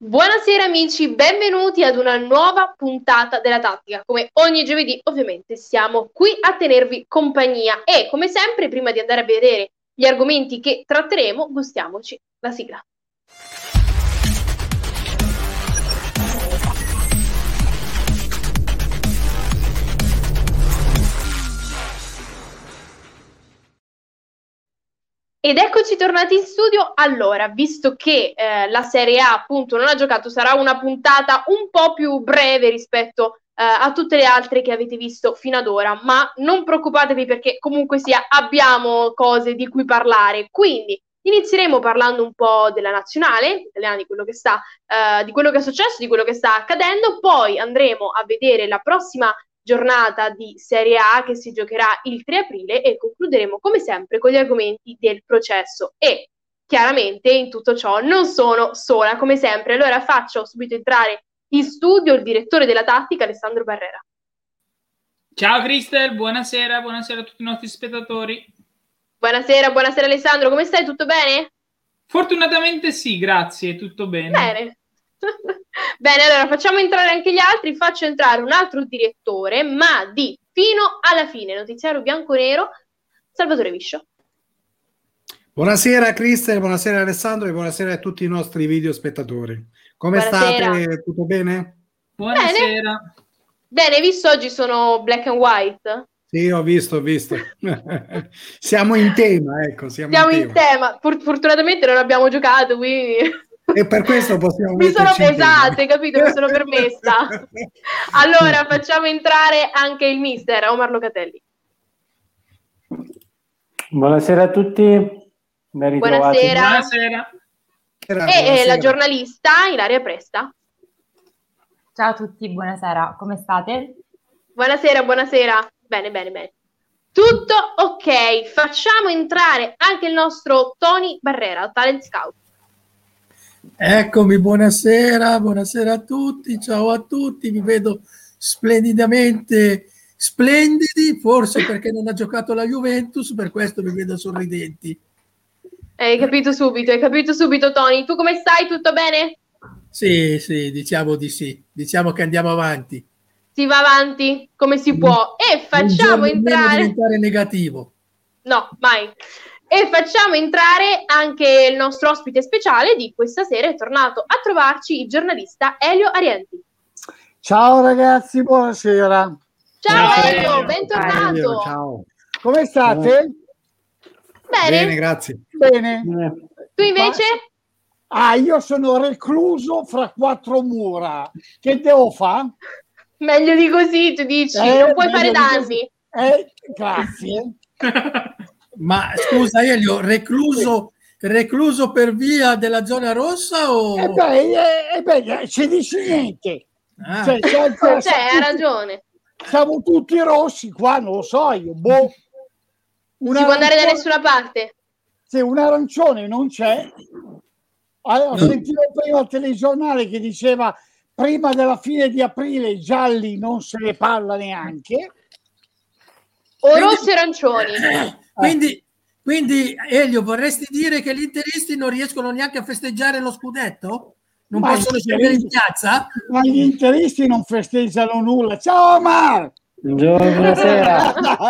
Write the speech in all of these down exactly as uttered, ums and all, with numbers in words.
Buonasera amici, benvenuti ad una nuova puntata della Tattica. Come ogni giovedì, ovviamente, siamo qui a tenervi compagnia e, come sempre, prima di andare a vedere gli argomenti che tratteremo, gustiamoci la sigla. Ed eccoci tornati in studio. Allora, visto che eh, la Serie A appunto non ha giocato, sarà una puntata un po' più breve rispetto eh, a tutte le altre che avete visto fino ad ora, ma non preoccupatevi perché comunque sia abbiamo cose di cui parlare. Quindi inizieremo parlando un po' della nazionale italiana, di quello che sta, eh, di quello che è successo, di quello che sta accadendo, poi andremo a vedere la prossima giornata di Serie A che si giocherà il tre aprile e concluderemo come sempre con gli argomenti del processo e chiaramente in tutto ciò non sono sola come sempre, allora faccio subito entrare in studio il direttore della tattica Alessandro Barrera. Ciao Cristel, buonasera, buonasera a tutti i nostri spettatori. Buonasera, buonasera Alessandro, come stai? Tutto bene? Fortunatamente sì, grazie, tutto bene. Bene. Bene, allora facciamo entrare anche gli altri, faccio entrare un altro direttore, ma di fino alla fine, notiziario bianco-nero, Salvatore Viscio. Buonasera Cristel, buonasera Alessandro e buonasera a tutti i nostri video spettatori. Come Buonasera. state? Tutto bene? Buonasera. Bene, bene, visto oggi sono black and white? Sì, ho visto, ho visto. Siamo in tema, ecco. Siamo, siamo in in tema. tema. For- fortunatamente non abbiamo giocato, quindi... E per questo possiamo Mi sono metterci in tema. pesate, capito? Mi sono permessa. Allora, facciamo entrare anche il mister Omar Locatelli. Buonasera a tutti. Ben ritrovati. Buonasera. Buonasera. E Buonasera. la giornalista Ilaria Presta. Ciao a tutti, buonasera. Come state? Buonasera, buonasera. Bene, bene, bene. Tutto ok. Facciamo entrare anche il nostro Tony Barrera, Talent Scout. Eccomi, buonasera, buonasera a tutti, ciao a tutti, vi vedo splendidamente splendidi, forse perché non ha giocato la Juventus, per questo vi vedo sorridenti. Hai capito subito, hai capito subito Tony. Tu come stai? Tutto bene? Sì, sì, diciamo di sì, diciamo che andiamo avanti. Si va avanti come si può e facciamo entrare... diventare negativo. No, mai. E facciamo entrare anche il nostro ospite speciale di questa sera, è tornato a trovarci il giornalista Elio Arienti. Ciao ragazzi, buonasera. Ciao, Ciao, Elio, Elio. bentornato. Elio, ciao. Come state? Bene. Bene, grazie. Bene. Tu invece? Ma... Ah, io sono recluso fra quattro mura. Che devo fare? Meglio di così, tu dici, Eh, non puoi fare danni. Eh, grazie. Ma scusa Elio, recluso, recluso per via della zona rossa o... E beh, eh, eh, beh, ci dici niente. Ah. Cioè, cioè, Cioè, siamo hai tutti- ragione. Siamo tutti rossi qua, non lo so io. Boh. Non si può andare da nessuna parte. Se un arancione non c'è, allora, No. sentivo prima il telegiornale che diceva prima della fine di aprile i gialli non se ne parla neanche. O Quindi- rossi o arancioni. Quindi, quindi Elio, vorresti dire che gli interisti non riescono neanche a festeggiare lo scudetto? Non Ma possono gli scendere in interisti- piazza? Ma gli interisti non festeggiano nulla. Ciao Omar! Buongiorno, buonasera.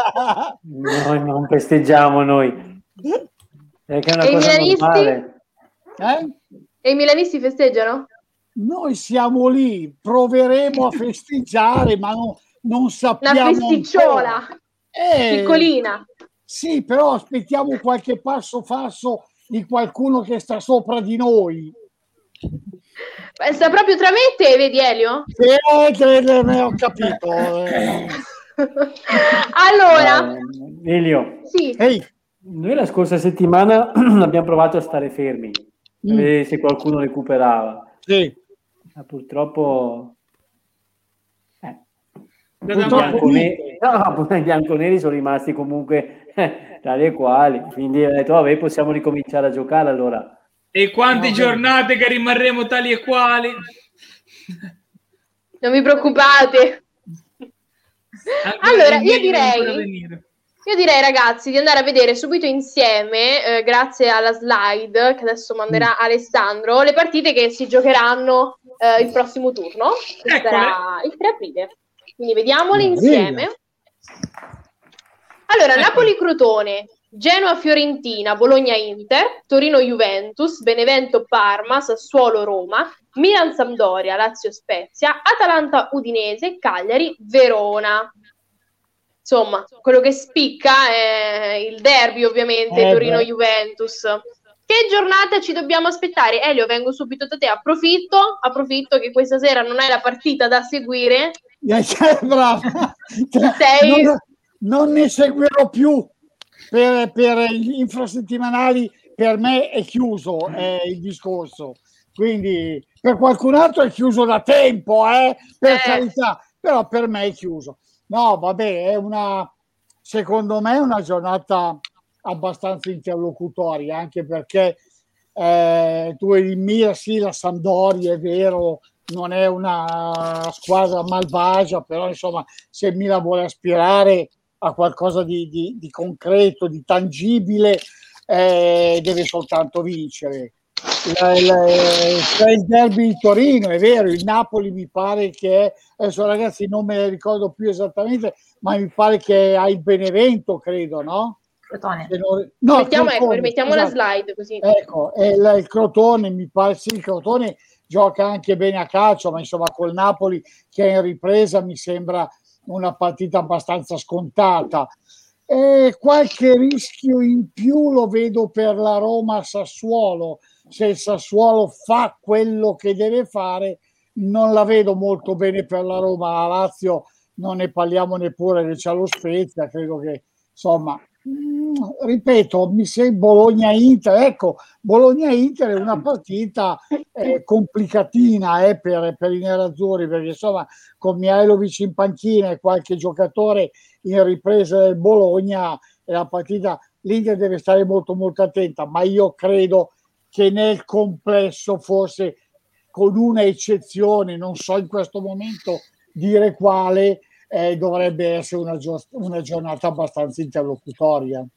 Noi non festeggiamo noi. Perché è una E i cosa milanisti? normale. Eh? E i milanisti festeggiano? Noi siamo lì, proveremo a festeggiare, ma no- non Una sappiamo festicciola ancora. Eh, piccolina. Sì, però aspettiamo qualche passo falso di qualcuno che sta sopra di noi. Beh, sta proprio tra me e te, vedi Elio? Eh, credo, ne ho capito. eh. Allora, Eh, Elio, sì, Ehi, noi la scorsa settimana abbiamo provato a stare fermi, a Mm. vedere se qualcuno recuperava. sì. Ma purtroppo... Eh, Da i davanti. bianconeri, no, i bianconeri sono rimasti comunque eh, tali e quali. Quindi ho detto, vabbè, possiamo ricominciare a giocare allora. E quante No, giornate che rimarremo tali e quali. non vi preoccupate. Ancora- Allora, il io meglio deve ancora direi, venire. Io direi, ragazzi, di andare a vedere subito insieme, eh, grazie alla slide che adesso manderà Alessandro, le partite che si giocheranno eh, il prossimo turno, che Eccole. sarà il tre aprile. Quindi vediamole Bene. insieme. Allora, Ecco. Napoli-Crotone, Genoa-Fiorentina, Bologna-Inter, Torino-Juventus, Benevento-Parma, Sassuolo-Roma, Milan-Sampdoria, Lazio-Spezia, Atalanta-Udinese, Cagliari-Verona. Insomma, quello che spicca è il derby, ovviamente, Eh, Torino-Juventus. Che giornata ci dobbiamo aspettare? Elio, vengo subito da te. Approfitto, approfitto che questa sera non hai la partita da seguire. Eh, cioè, brava. Cioè, Sei- non, non ne seguirò più per, per gli infrasettimanali. Per me è chiuso è il discorso, quindi per qualcun altro è chiuso da tempo, eh, per Eh. carità, però per me è chiuso. No, vabbè, è una, secondo me è una giornata abbastanza interlocutoria, anche perché eh, tu eri in mira, sì, la Sampdoria, è vero, non è una squadra malvagia, però insomma, se il Milan vuole aspirare a qualcosa di, di, di concreto, di tangibile, eh, deve soltanto vincere. La, la, c'è il derby di Torino, è vero, il Napoli mi pare che è, adesso ragazzi non me ne ricordo più esattamente, ma mi pare che ha il Benevento, credo, no? Crotone. Se non- no, Mettiamo, ecco, Crotone, rimettiamo la scusate. slide così. Ecco, è il, il Crotone, mi pare, sì, il Crotone gioca anche bene a calcio, ma insomma col Napoli che è in ripresa mi sembra una partita abbastanza scontata. E qualche rischio in più lo vedo per la Roma-Sassuolo. Se il Sassuolo fa quello che deve fare, non la vedo molto bene per la Roma. La Lazio non ne parliamo neppure, che c'ha lo Spezia, credo che insomma, mh, ripeto, mi sembra Bologna-Inter, ecco, Bologna-Inter è una partita eh, complicatina eh, per, per i nerazzurri, perché insomma con Mihailovic in panchina e qualche giocatore in ripresa del Bologna, è la partita, l'Inter deve stare molto molto attenta, ma io credo che nel complesso, forse con una eccezione, non so in questo momento dire quale, eh, dovrebbe essere una, gio- una giornata abbastanza interlocutoria.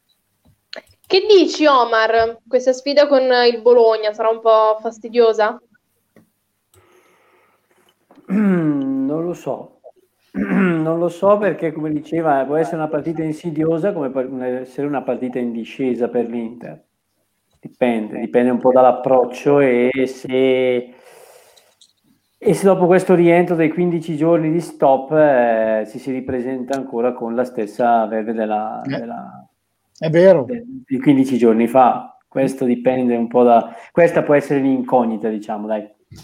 Che dici, Omar? Questa sfida con il Bologna sarà un po' fastidiosa? Non lo so, non lo so perché come diceva può essere una partita insidiosa come può essere una partita in discesa per l'Inter. Dipende, dipende un po' dall'approccio e se, e se dopo questo rientro dei quindici giorni di stop eh, ci si ripresenta ancora con la stessa verve della, Eh. della, È vero. de- di quindici giorni fa. Questo dipende un po' da... Questa può essere l'incognita, diciamo, dai.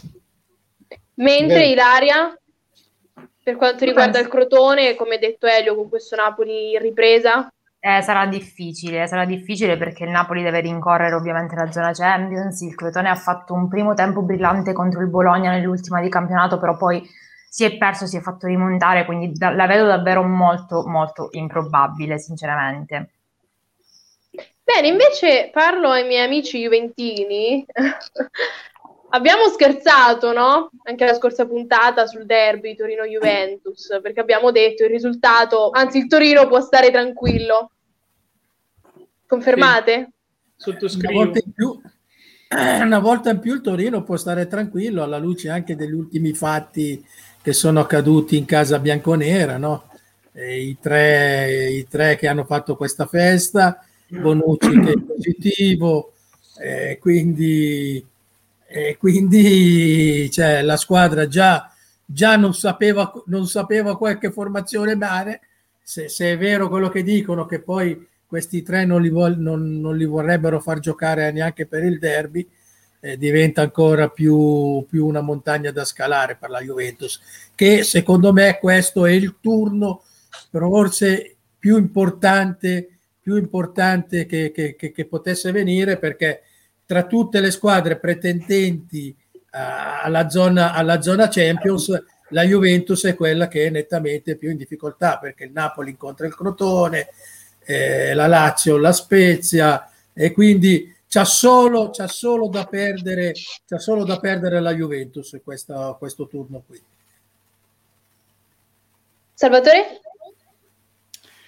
Mentre Beh. Ilaria, per quanto riguarda il Crotone, come detto Elio, con questo Napoli in ripresa, Eh, sarà difficile, sarà difficile perché il Napoli deve rincorrere ovviamente la zona Champions. Il Crotone ha fatto un primo tempo brillante contro il Bologna nell'ultima di campionato, però poi si è perso, si è fatto rimontare, quindi da- la vedo davvero molto, molto improbabile, sinceramente. bene, invece parlo ai miei amici juventini. Abbiamo scherzato, no? Anche la scorsa puntata sul derby Torino-Juventus, perché abbiamo detto il risultato, anzi il Torino può stare tranquillo. Confermate? Una Sottoscrivo. volta in più, una volta in più il Torino può stare tranquillo alla luce anche degli ultimi fatti che sono accaduti in casa bianconera, no? E i, tre, i tre che hanno fatto questa festa, Bonucci che è positivo, eh, quindi, eh, quindi cioè, la squadra già, già non, sapeva, non sapeva qualche formazione dare, se, se è vero quello che dicono che poi questi tre non li, vol- non, non li vorrebbero far giocare neanche per il derby, eh, diventa ancora più, più una montagna da scalare per la Juventus, che secondo me questo è il turno forse più importante, più importante che, che, che, che potesse venire, perché tra tutte le squadre pretendenti uh, alla, zona, alla zona Champions, la Juventus è quella che è nettamente più in difficoltà, perché il Napoli incontra il Crotone, eh, la Lazio, la Spezia, e quindi c'ha solo, c'ha solo da perdere, c'ha solo da perdere la Juventus questa, questo turno qui. Salvatore?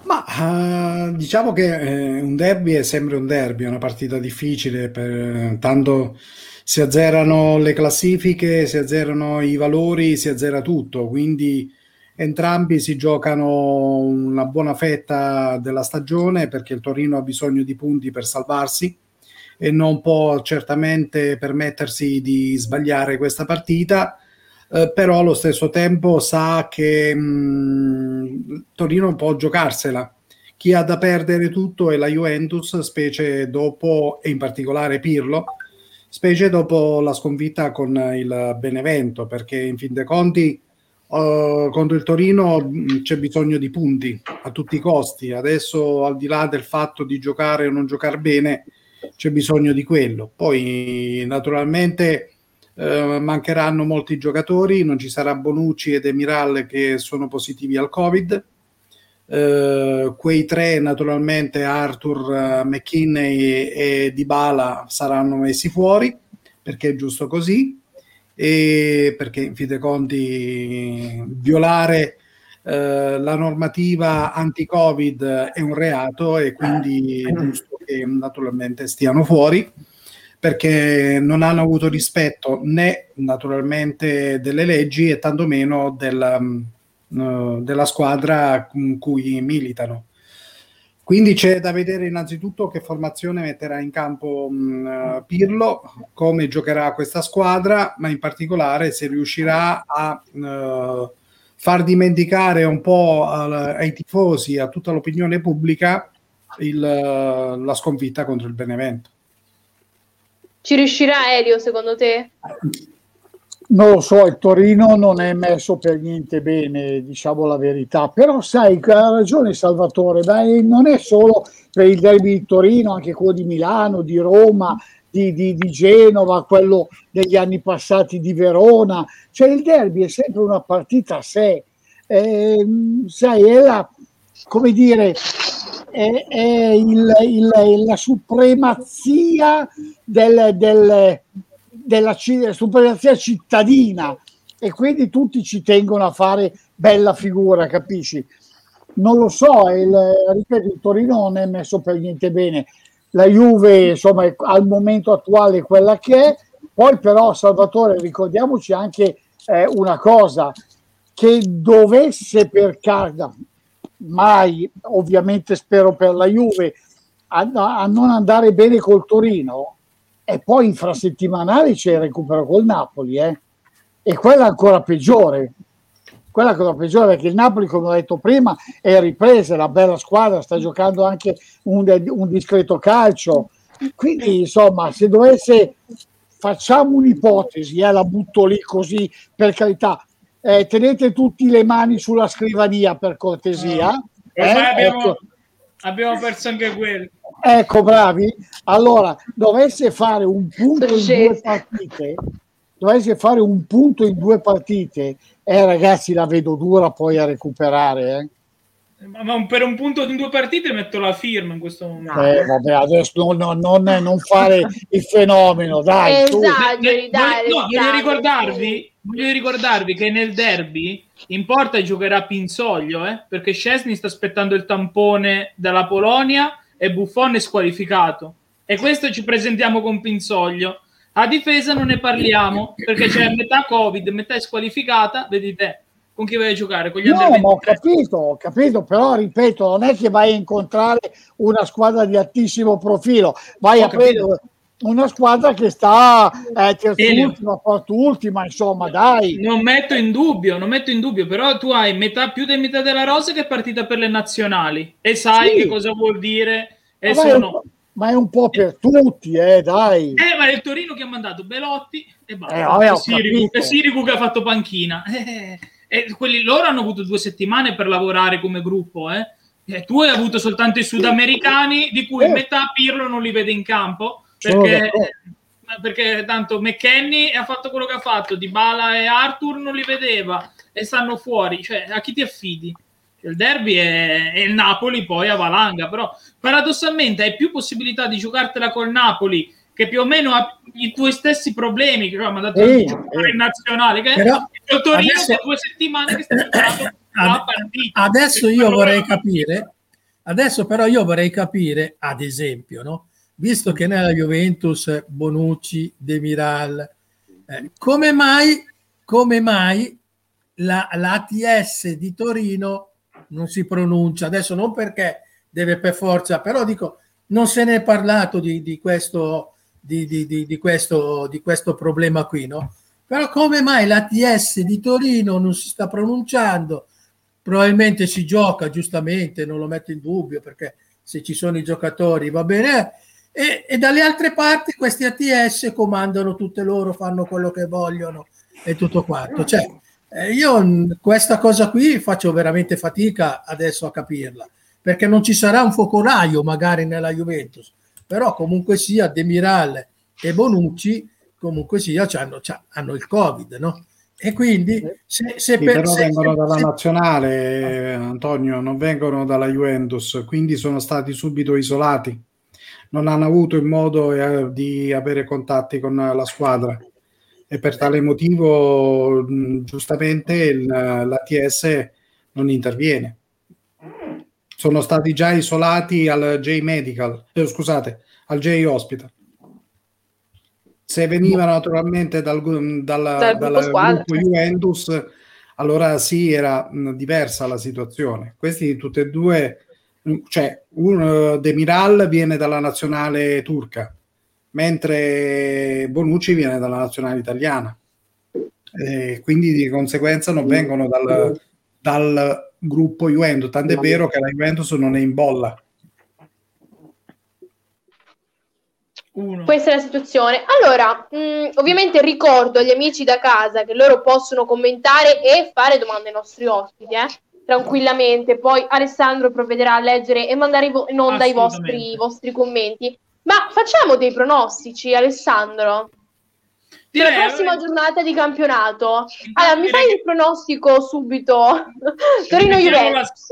Ma uh, diciamo che eh, un derby è sempre un derby, è una partita difficile, per, tanto si azzerano le classifiche, si azzerano i valori, si azzera tutto, quindi entrambi si giocano una buona fetta della stagione perché il Torino ha bisogno di punti per salvarsi e non può certamente permettersi di sbagliare questa partita. Eh, però allo stesso tempo sa che mh, Torino può giocarsela. Chi ha da perdere tutto è la Juventus, specie dopo, e in particolare Pirlo, specie dopo la sconfitta con il Benevento, perché in fin dei conti uh, contro il Torino mh, c'è bisogno di punti a tutti i costi. Adesso, al di là del fatto di giocare o non giocare bene, c'è bisogno di quello. Poi naturalmente Uh, mancheranno molti giocatori, non ci sarà Bonucci ed Demiral che sono positivi al Covid, uh, quei tre naturalmente Arthur, uh, McKinney e Dybala saranno messi fuori perché è giusto così, e perché in fin dei conti violare uh, la normativa anti-Covid è un reato e quindi è giusto che naturalmente stiano fuori, perché non hanno avuto rispetto né naturalmente delle leggi e tantomeno della, uh, della squadra con cui militano. Quindi c'è da vedere innanzitutto che formazione metterà in campo um, Pirlo, come giocherà questa squadra, ma in particolare se riuscirà a uh, far dimenticare un po' al, ai tifosi, a tutta l'opinione pubblica, il, uh, la sconfitta contro il Benevento. Ci riuscirà Elio, secondo te? Non lo so, il Torino non è messo per niente bene, diciamo la verità, però sai, ha ragione Salvatore, beh, non è solo per il derby di Torino, anche quello di Milano, di Roma, di, di, di Genova, quello degli anni passati di Verona, cioè il derby è sempre una partita a sé, eh, sai, è la, come dire, è, è il, il, la supremazia del, del, della supremazia cittadina e quindi tutti ci tengono a fare bella figura, capisci? Non lo so, il, ripeto, il Torino non è messo per niente bene, la Juve insomma è, al momento attuale è quella che è, poi però Salvatore ricordiamoci anche eh, una cosa, che dovesse per caso mai, ovviamente spero per la Juve, a, a non andare bene col Torino, e poi infrasettimanale c'è il recupero col Napoli, eh? E quella ancora peggiore, quella ancora peggiore perché il Napoli, come ho detto prima, è ripresa, è una bella squadra, sta giocando anche un, un discreto calcio, quindi insomma se dovesse, facciamo un'ipotesi, eh, la butto lì così per carità, Eh, tenete tutti le mani sulla scrivania per cortesia. Eh, eh, abbiamo, ecco. abbiamo perso anche quello. Ecco, bravi. Allora, dovesse fare un punto in due partite, dovesse fare un punto in due partite, eh, ragazzi, la vedo dura poi a recuperare. Eh. Ma, ma per un punto in due partite metto la firma in questo momento. Eh, vabbè, adesso non, non, non fare il fenomeno, dai. Esageri, dai. No, voglio ricordarvi, voglio ricordarvi che nel derby in porta giocherà Pinsoglio, eh, perché Szczesny sta aspettando il tampone dalla Polonia e Buffon è squalificato. E questo ci presentiamo con Pinsoglio. A difesa non ne parliamo, perché c'è metà Covid, metà è squalificata, vedi te. Con chi vai a giocare? Con gli no, under ma ho capito, ho capito, però ripeto, non è che vai a incontrare una squadra di altissimo profilo, vai ho a capito. prendere una squadra che sta eh, terzultima, quart'ultima, insomma, dai. Non metto in dubbio, non metto in dubbio, però tu hai metà più di metà della rosa che è partita per le nazionali e sai sì. che cosa vuol dire. E ma, sono... è ma è un po' per tutti, eh, dai. Eh, ma è il Torino che ha mandato Belotti e basta. Eh, vabbè, e Sirigu, e Sirigu che ha fatto panchina. Eh, E quelli loro hanno avuto due settimane per lavorare come gruppo, eh? E tu hai avuto soltanto i sudamericani, di cui metà Pirlo non li vede in campo, perché, perché tanto McKennie ha fatto quello che ha fatto, Dybala e Arthur non li vedeva e stanno fuori. Cioè, a chi ti affidi? Il derby è, è il Napoli, poi a valanga, però paradossalmente hai più possibilità di giocartela col Napoli, che più o meno ha i tuoi stessi problemi, che ha mandato eh, a giocare in nazionale, che però il Torino adesso, è due settimane che sta giocando la partita. Adesso io vorrei capire, Adesso però io vorrei capire, ad esempio, no? Visto che nella Juventus Bonucci, Demiral, eh, come mai, come mai la, la A T S di Torino non si pronuncia? Adesso non perché deve per forza, però dico, non se ne è parlato di, di, questo, di, di, di, di, questo, di questo problema qui, no? Però come mai l'A T S di Torino non si sta pronunciando? Probabilmente si gioca, giustamente, non lo metto in dubbio, perché se ci sono i giocatori va bene, e, e dalle altre parti questi A T S comandano tutte loro, fanno quello che vogliono e tutto quanto. Cioè, eh, io questa cosa qui faccio veramente fatica adesso a capirla, perché non ci sarà un focolaio magari nella Juventus, però comunque sia Demiral e Bonucci comunque sia hanno, hanno il Covid, no? E quindi se, se sì, per, però se, vengono se, dalla se, nazionale, Antonio, non vengono dalla Juventus, quindi sono stati subito isolati, non hanno avuto il modo eh, di avere contatti con la squadra e per tale motivo mh, giustamente il, l'A T S non interviene. Sono stati già isolati al J Medical, eh, scusate, al J Hospital. Se venivano naturalmente dal, dalla, dal dal gruppo squadra, gruppo Juventus, allora sì, era mh, diversa la situazione. Questi tutti e due, cioè un, Demiral viene dalla nazionale turca, mentre Bonucci viene dalla nazionale italiana. E quindi di conseguenza non vengono dal, dal gruppo Juventus, tant'è vero che la Juventus non è in bolla. Uno. Questa è la situazione. Allora, mh, ovviamente ricordo agli amici da casa che loro possono commentare e fare domande ai nostri ospiti, eh? Tranquillamente. Poi Alessandro provvederà a leggere e mandare in onda i vostri, i vostri commenti. Ma facciamo dei pronostici, Alessandro? Per la prossima giornata di campionato. Allora, mi fai il pronostico subito? Torino-Juventus.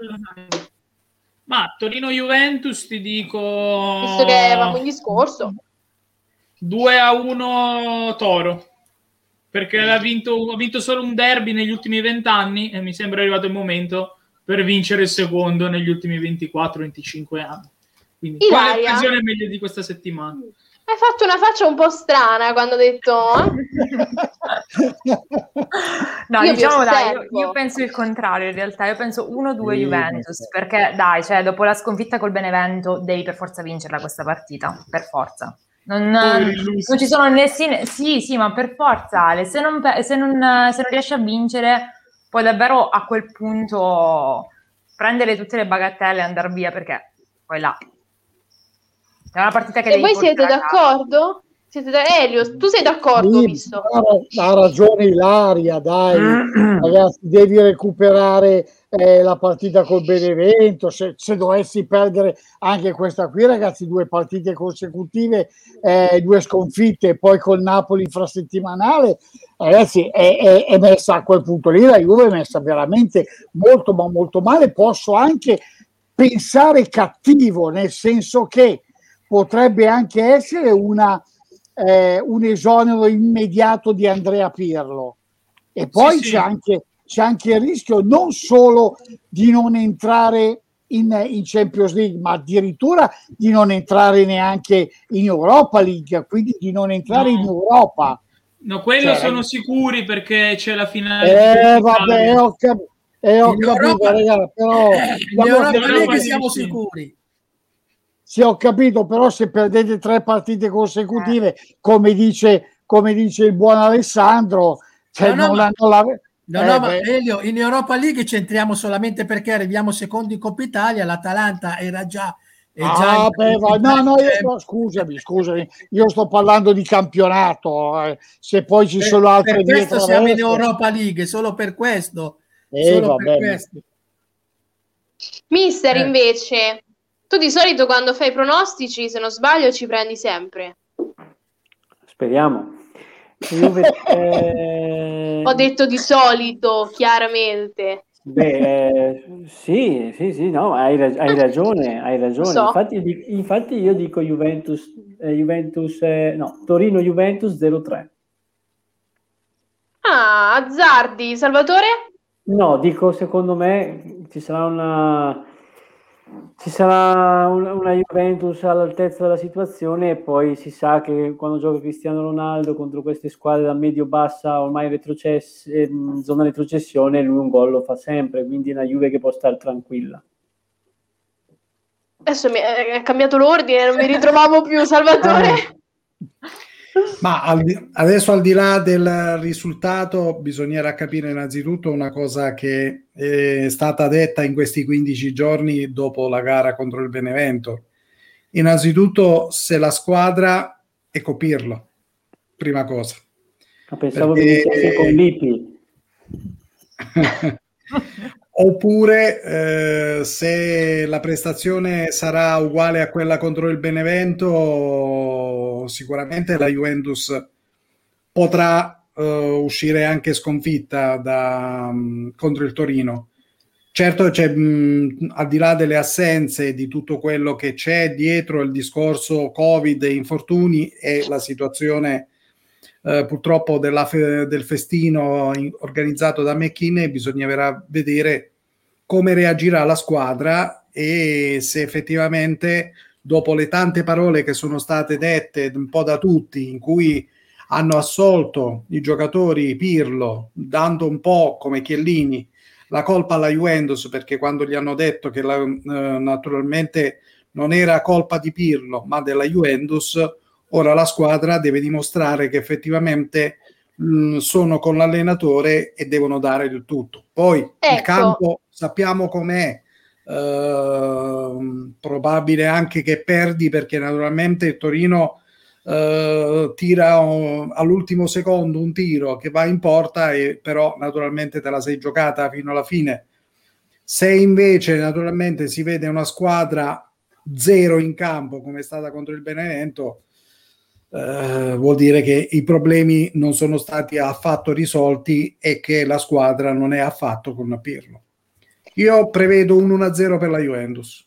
Ma Torino-Juventus ti dico... Visto che eravamo in discorso. due a uno Toro. Perché ha vinto, ha vinto solo un derby negli ultimi vent'anni e mi sembra arrivato il momento per vincere il secondo negli ultimi ventiquattro venticinque anni. Quindi quale occasione è meglio di questa settimana? Hai fatto una faccia un po' strana quando ho detto no, io diciamo dai, io, io penso il contrario in realtà, io penso uno due Juventus, perché dai, cioè dopo la sconfitta col Benevento devi per forza vincerla questa partita, per forza. Non, non ci sono nessun... Sì, sì, ma per forza Ale, se non, se non, se non riesci a vincere puoi davvero a quel punto prendere tutte le bagattelle e andare via, perché poi là è una partita che e voi siete d'accordo? Siete da... Elio, tu sei d'accordo? Sì, visto? Ha ragione Ilaria, dai, ragazzi, devi recuperare eh, la partita col Benevento. Se, se dovessi perdere anche questa qui, ragazzi, due partite consecutive, eh, due sconfitte, e poi col Napoli infrasettimanale, ragazzi, è, è, è messa a quel punto lì. La Juve è messa veramente molto, ma molto male. Posso anche pensare cattivo, nel senso che potrebbe anche essere una, eh, un esonero immediato di Andrea Pirlo, e poi sì, c'è, sì. Anche, c'è anche il rischio non solo di non entrare in, in Champions League, ma addirittura di non entrare neanche in Europa League, quindi di non entrare no. in Europa. No, quello cioè, sono sicuri, perché c'è la finale. Eh, vabbè, ho, cap- eh, ho capito, Europa, ragazzi, però eh, in Europa League siamo sicuri. Sì, ho capito, però se perdete tre partite consecutive, come dice, come dice il buon Alessandro, cioè no, no, non ma, hanno la... no, eh, no, ma Elio, in Europa League c'entriamo solamente perché arriviamo secondi in Coppa Italia, l'Atalanta era già... È già ah, beh, va, no, no, io sto, scusami, scusami, io sto parlando di campionato, eh, se poi ci per, sono altre... Per questo siamo in Europa League, solo per questo. Eh, solo per questo. Mister, eh. invece... Tu di solito quando fai pronostici, se non sbaglio, ci prendi sempre. Speriamo. Io, eh... Ho detto di solito, chiaramente. Beh, eh, sì, sì, sì, no, hai, rag- hai ragione, hai ragione. So. Infatti, infatti io dico Juventus, eh, Juventus, eh, no, Torino-Juventus zero tre. Ah, azzardi, Salvatore? No, dico secondo me ci sarà una... ci sarà una, una Juventus all'altezza della situazione e poi si sa che quando gioca Cristiano Ronaldo contro queste squadre da medio-bassa ormai retrocesse, in zona retrocessione, lui un gol lo fa sempre, quindi è una Juve che può stare tranquilla. Adesso mi è cambiato l'ordine, non mi ritrovavo più, Salvatore. Ma al di, adesso al di là del risultato bisognerà capire innanzitutto una cosa che è stata detta in questi quindici giorni dopo la gara contro il Benevento. Innanzitutto se la squadra è Pirlo, prima cosa. Ma pensavo che dicesse con Lippi. Oppure eh, se la prestazione sarà uguale a quella contro il Benevento, sicuramente la Juventus potrà uh, uscire anche sconfitta da, um, contro il Torino. Certo c'è, mh, al di là delle assenze, di tutto quello che c'è dietro il discorso Covid e infortuni e la situazione Uh, purtroppo della fe- del festino in- organizzato da McKinney, bisognerà vedere come reagirà la squadra e se effettivamente dopo le tante parole che sono state dette un po' da tutti, in cui hanno assolto i giocatori Pirlo dando un po' come Chiellini la colpa alla Juventus, perché quando gli hanno detto che la, uh, naturalmente non era colpa di Pirlo ma della Juventus, ora la squadra deve dimostrare che effettivamente mh, sono con l'allenatore e devono dare il tutto. Poi ecco. Il campo sappiamo com'è, uh, probabile anche che perdi perché naturalmente il Torino uh, tira uh, all'ultimo secondo un tiro che va in porta e però naturalmente te la sei giocata fino alla fine. Se invece naturalmente si vede una squadra zero in campo come è stata contro il Benevento, Uh, vuol dire che i problemi non sono stati affatto risolti e che la squadra non è affatto con Pirlo. Io prevedo un uno a zero per la Juventus.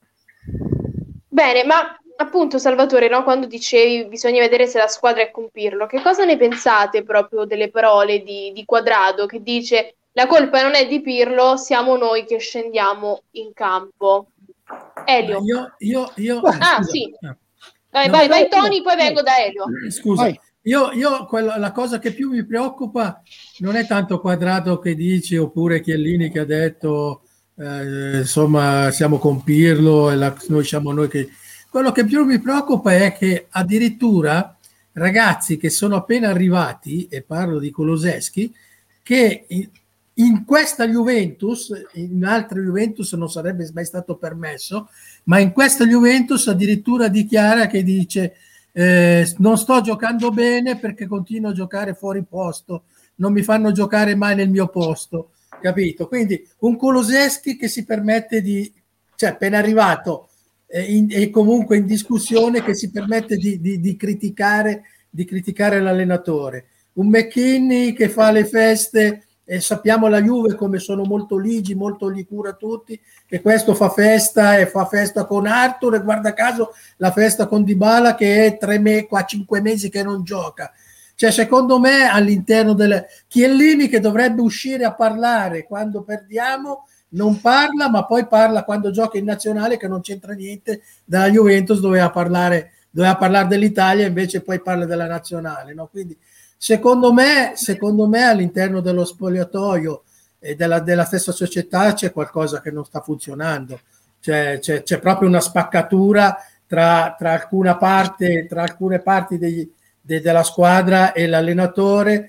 Bene, ma appunto Salvatore, no, quando dicevi bisogna vedere se la squadra è con Pirlo, che cosa ne pensate proprio delle parole di, di Quadrado che dice la colpa non è di Pirlo, siamo noi che scendiamo in campo? Elio. Io, io, io... Ah, scusa. sì. Vai, vai, vai Tony, poi vengo da Elio. Scusa, io, io quella, la cosa che più mi preoccupa non è tanto Quadrato che dice oppure Chiellini che ha detto eh, insomma siamo con Pirlo e la, noi siamo noi che... Quello che più mi preoccupa è che addirittura ragazzi che sono appena arrivati, e parlo di Kulusevski, che in, in questa Juventus, in altre Juventus non sarebbe mai stato permesso, ma in questa Juventus addirittura dichiara che dice eh, non sto giocando bene perché continuo a giocare fuori posto, non mi fanno giocare mai nel mio posto, capito? Quindi un Kulusevski che si permette di, cioè appena arrivato eh, in, e comunque in discussione, che si permette di, di, di criticare di criticare l'allenatore, un McKinney che fa le feste. E sappiamo la Juve come sono molto ligi, molto li cura tutti, che questo fa festa e fa festa con Arthur e guarda caso la festa con Dybala che è tre me, qua cinque mesi che non gioca. Cioè secondo me all'interno del Chiellini che dovrebbe uscire a parlare quando perdiamo non parla, ma poi parla quando gioca in nazionale che non c'entra niente dalla Juventus, doveva parlare, doveva parlare dell'Italia invece poi parla della nazionale, no? Quindi Secondo me, secondo me all'interno dello spogliatoio e della, della stessa società c'è qualcosa che non sta funzionando, c'è, c'è, c'è proprio una spaccatura tra, tra, alcuna parte, tra alcune parti degli, de, della squadra e l'allenatore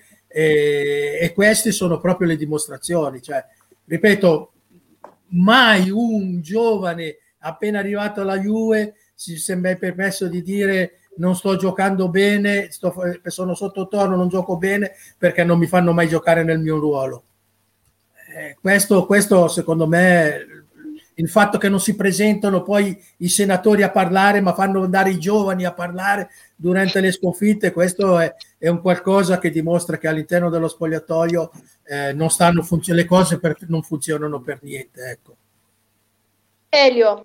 e, e queste sono proprio le dimostrazioni. Cioè, ripeto, mai un giovane appena arrivato alla Juve si sembra permesso di dire non sto giocando bene, sto, sono sottotono, non gioco bene perché non mi fanno mai giocare nel mio ruolo. Eh, questo, questo secondo me, il fatto che non si presentano poi i senatori a parlare ma fanno andare i giovani a parlare durante le sconfitte, questo è, è un qualcosa che dimostra che all'interno dello spogliatoio eh, non stanno funzion- le cose per, non funzionano per niente. Ecco. Elio,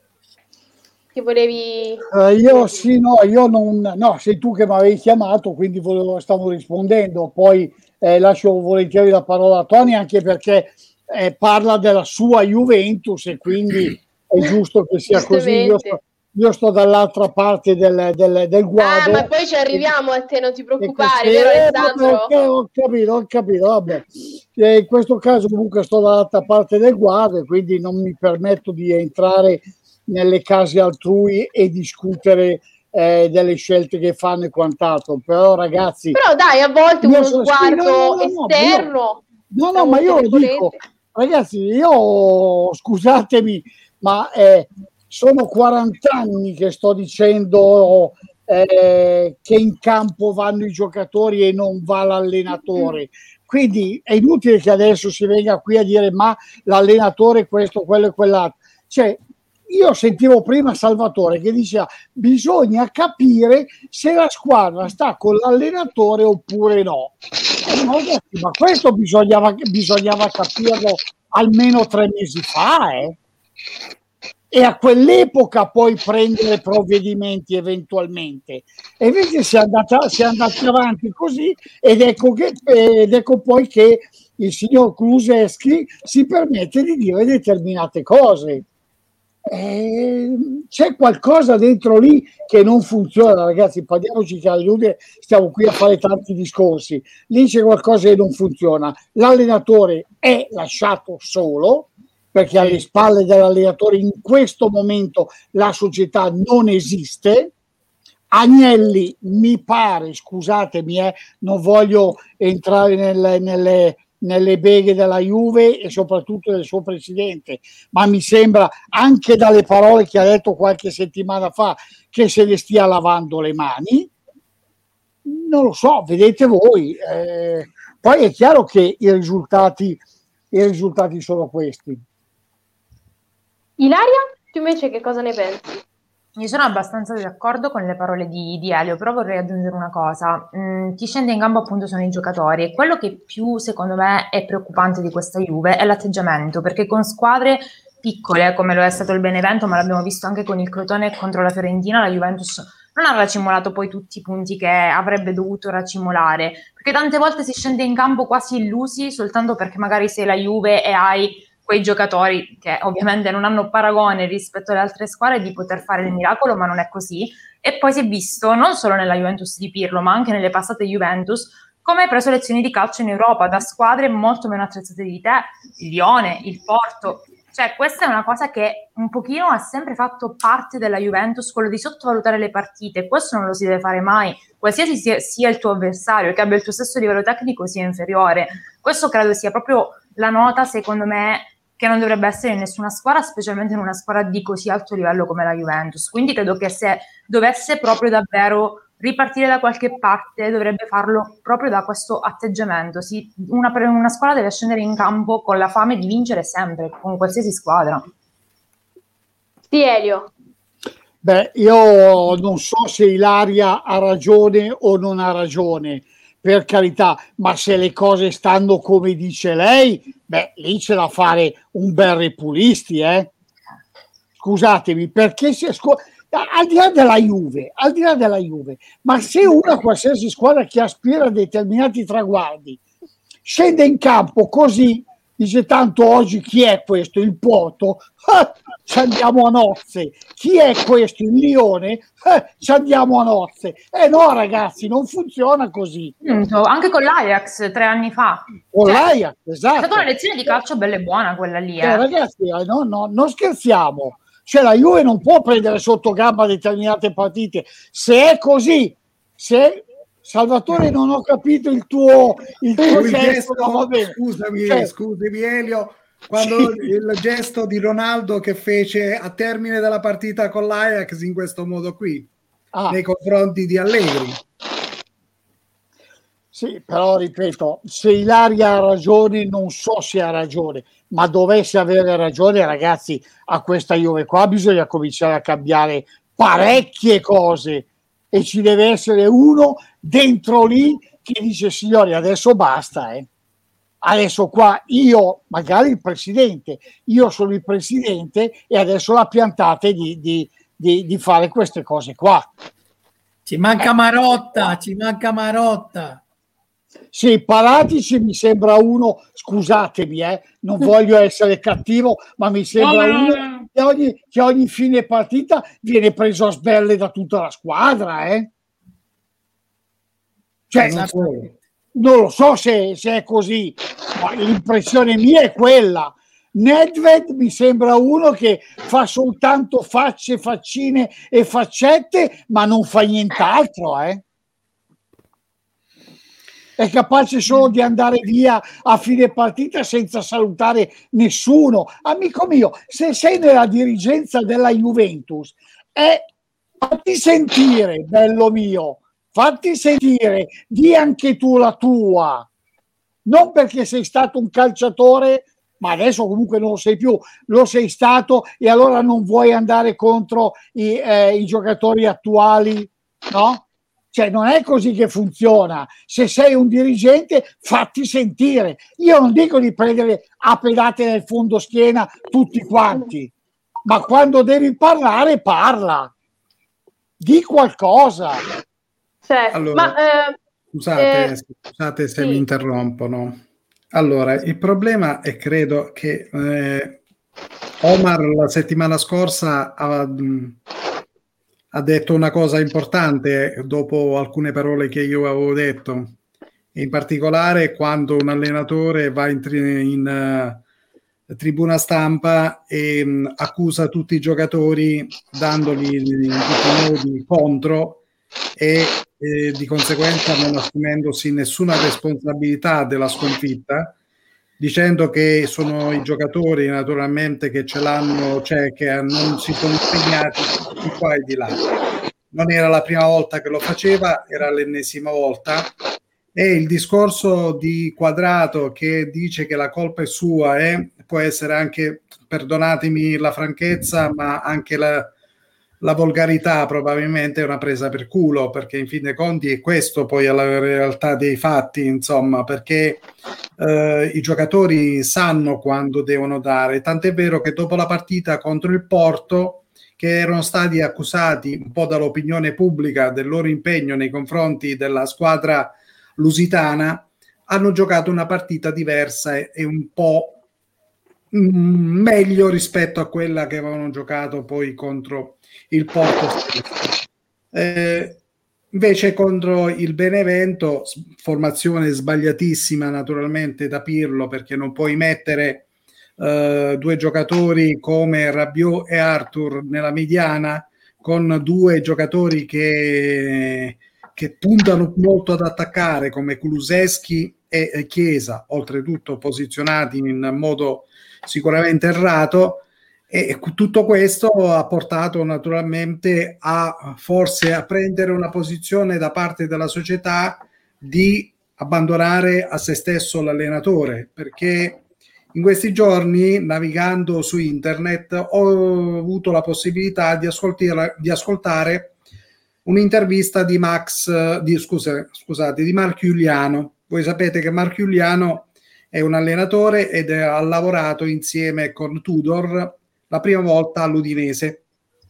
che volevi... Uh, io sì, no, io non... No, sei tu che mi avevi chiamato, quindi volevo, stavo rispondendo. Poi eh, lascio volentieri la parola a Tony, anche perché eh, parla della sua Juventus e quindi è giusto che sia così. Io sto, io sto dall'altra parte del, del, del guado. Ah, ma poi ci arriviamo a te, non ti preoccupare, eh, vero eh, Alessandro? vabbè, ho capito, ho capito, vabbè. E in questo caso comunque sto dall'altra parte del guado e quindi non mi permetto di entrare nelle case altrui e discutere eh, delle scelte che fanno e quant'altro. Però ragazzi, però dai, a volte uno sono, sguardo sì, no, no, no, esterno, no, no, ma io lo dico, ragazzi, io scusatemi, ma eh, sono quaranta anni che sto dicendo eh, che in campo vanno i giocatori e non va l'allenatore. Quindi è inutile che adesso si venga qui a dire ma l'allenatore questo, quello e quell'altro. Cioè, io sentivo prima Salvatore che diceva bisogna capire se la squadra sta con l'allenatore oppure no. Eh, ma, ragazzi, ma questo bisognava, bisognava capirlo almeno tre mesi fa, eh? E a quell'epoca poi prendere provvedimenti eventualmente. E invece si è andata, si è andati avanti così ed ecco, che, ed ecco poi che il signor Kulusevski si permette di dire determinate cose. Eh, c'è qualcosa dentro lì che non funziona, ragazzi. Parliamoci che alla Juve stiamo qui a fare tanti discorsi. Lì c'è qualcosa che non funziona. L'allenatore è lasciato solo perché alle spalle dell'allenatore in questo momento la società non esiste. Agnelli mi pare, scusatemi, eh, non voglio entrare nelle, nelle, nelle beghe della Juve e soprattutto del suo presidente, ma mi sembra anche dalle parole che ha detto qualche settimana fa che se ne stia lavando le mani. Non lo so, vedete voi. Eh, poi è chiaro che i risultati, i risultati sono questi. Ilaria, tu invece che cosa ne pensi? Io sono abbastanza d'accordo con le parole di, di Elio, però vorrei aggiungere una cosa. Mm, chi scende in campo appunto sono i giocatori e quello che più secondo me è preoccupante di questa Juve è l'atteggiamento, perché con squadre piccole come lo è stato il Benevento, ma l'abbiamo visto anche con il Crotone contro la Fiorentina, la Juventus non ha racimolato poi tutti i punti che avrebbe dovuto racimolare, perché tante volte si scende in campo quasi illusi soltanto perché magari sei la Juve e hai quei giocatori che ovviamente non hanno paragone rispetto alle altre squadre di poter fare il miracolo, ma non è così. E poi si è visto non solo nella Juventus di Pirlo, ma anche nelle passate Juventus, come hai preso lezioni di calcio in Europa da squadre molto meno attrezzate di te, il Lione, il Porto. Cioè questa è una cosa che un pochino ha sempre fatto parte della Juventus, quello di sottovalutare le partite. Questo non lo si deve fare mai, qualsiasi sia, sia il tuo avversario, che abbia il tuo stesso livello tecnico sia inferiore. Questo credo sia proprio la nota, secondo me, che non dovrebbe essere in nessuna squadra, specialmente in una squadra di così alto livello come la Juventus. Quindi credo che se dovesse proprio davvero ripartire da qualche parte, dovrebbe farlo proprio da questo atteggiamento. Si, una, una squadra deve scendere in campo con la fame di vincere sempre, con qualsiasi squadra. Sì, Elio. Beh, io non so se Ilaria ha ragione o non ha ragione, per carità, ma se le cose stanno come dice lei, beh, lì c'è da fare un bel repulisti, eh? Scusatemi, perché si è scu- al di là della Juve, al di là della Juve, ma se una qualsiasi squadra che aspira a determinati traguardi scende in campo così, dice tanto oggi chi è questo? Il Porto? Ah, ci andiamo a nozze. Chi è questo? Il Lione? Eh, ci andiamo a nozze. Eh no ragazzi, non funziona così. Anche con l'Ajax tre anni fa. Con cioè, l'Ajax, esatto. È stata una lezione di calcio bella e buona quella lì. Eh. Eh, ragazzi, no, no, non scherziamo. Cioè la Juve non può prendere sotto gamba determinate partite. Se è così, se... Salvatore, non ho capito il tuo, il tuo il gesto, gesto, va bene. scusami, Cioè, scusami Elio, quando sì. il gesto di Ronaldo che fece a termine della partita con l'Ajax in questo modo qui, ah. nei confronti di Allegri. Sì, però ripeto, se Ilaria ha ragione, non so se ha ragione, ma dovesse avere ragione, ragazzi, a questa Juve qua bisogna cominciare a cambiare parecchie cose. E ci deve essere uno dentro lì che dice signori adesso basta, eh. Adesso qua io, magari il presidente, io sono il presidente e adesso la piantate di, di, di, di fare queste cose qua. Ci manca Marotta, ci manca Marotta. Sì, Paratici mi sembra uno, scusatemi, eh, non voglio essere cattivo, ma mi sembra no, uno no. che ogni, che ogni fine partita viene preso a sberle da tutta la squadra, eh? Cioè, non lo so se, se è così, ma l'impressione mia è quella. Nedved mi sembra uno che fa soltanto facce, faccine e faccette, ma non fa nient'altro, eh? È capace solo di andare via a fine partita senza salutare nessuno. Amico mio, se sei nella dirigenza della Juventus, eh, fatti sentire, bello mio, fatti sentire, di anche tu la tua. Non perché sei stato un calciatore, ma adesso comunque non lo sei più, lo sei stato e allora non vuoi andare contro i, eh, i giocatori attuali, no? Cioè non è così che funziona. Se sei un dirigente, fatti sentire. Io non dico di prendere a pedate nel fondo schiena tutti quanti, ma quando devi parlare, parla. Di qualcosa. Certo. Allora, ma, eh, scusate, eh, scusate se sì. mi interrompono. Allora, il problema è, credo che eh, Omar la settimana scorsa ha, ha detto una cosa importante dopo alcune parole che io avevo detto, in particolare quando un allenatore va in, tri- in uh, tribuna stampa e mh, accusa tutti i giocatori dandogli in tutti i modi contro e eh, di conseguenza non assumendosi nessuna responsabilità della sconfitta, dicendo che sono i giocatori naturalmente che ce l'hanno, cioè che non si sono impegnati di qua e di là. Non era la prima volta che lo faceva, era l'ennesima volta. E il discorso di Quadrato che dice che la colpa è sua, eh, può essere anche, perdonatemi la franchezza, ma anche la, la volgarità probabilmente è una presa per culo, perché in fin dei conti è questo poi è la realtà dei fatti, insomma, perché eh, i giocatori sanno quando devono dare, tant'è vero che dopo la partita contro il Porto, che erano stati accusati un po' dall'opinione pubblica del loro impegno nei confronti della squadra lusitana, hanno giocato una partita diversa e, e un po' mm, meglio rispetto a quella che avevano giocato poi contro il Porto stesso. Eh, invece contro il Benevento, formazione sbagliatissima naturalmente da Pirlo, perché non puoi mettere uh, due giocatori come Rabiot e Arthur nella mediana con due giocatori che, che puntano molto ad attaccare come Kulusevski e, e Chiesa, oltretutto posizionati in modo sicuramente errato. E tutto questo ha portato naturalmente a forse a prendere una posizione da parte della società di abbandonare a se stesso l'allenatore, perché in questi giorni, navigando su internet, ho avuto la possibilità di ascoltare, di ascoltare un'intervista di Max, di, scusa, scusate, di Marco Giuliano. Voi sapete che Marco Giuliano è un allenatore ed è, ha lavorato insieme con Tudor la prima volta all'Udinese,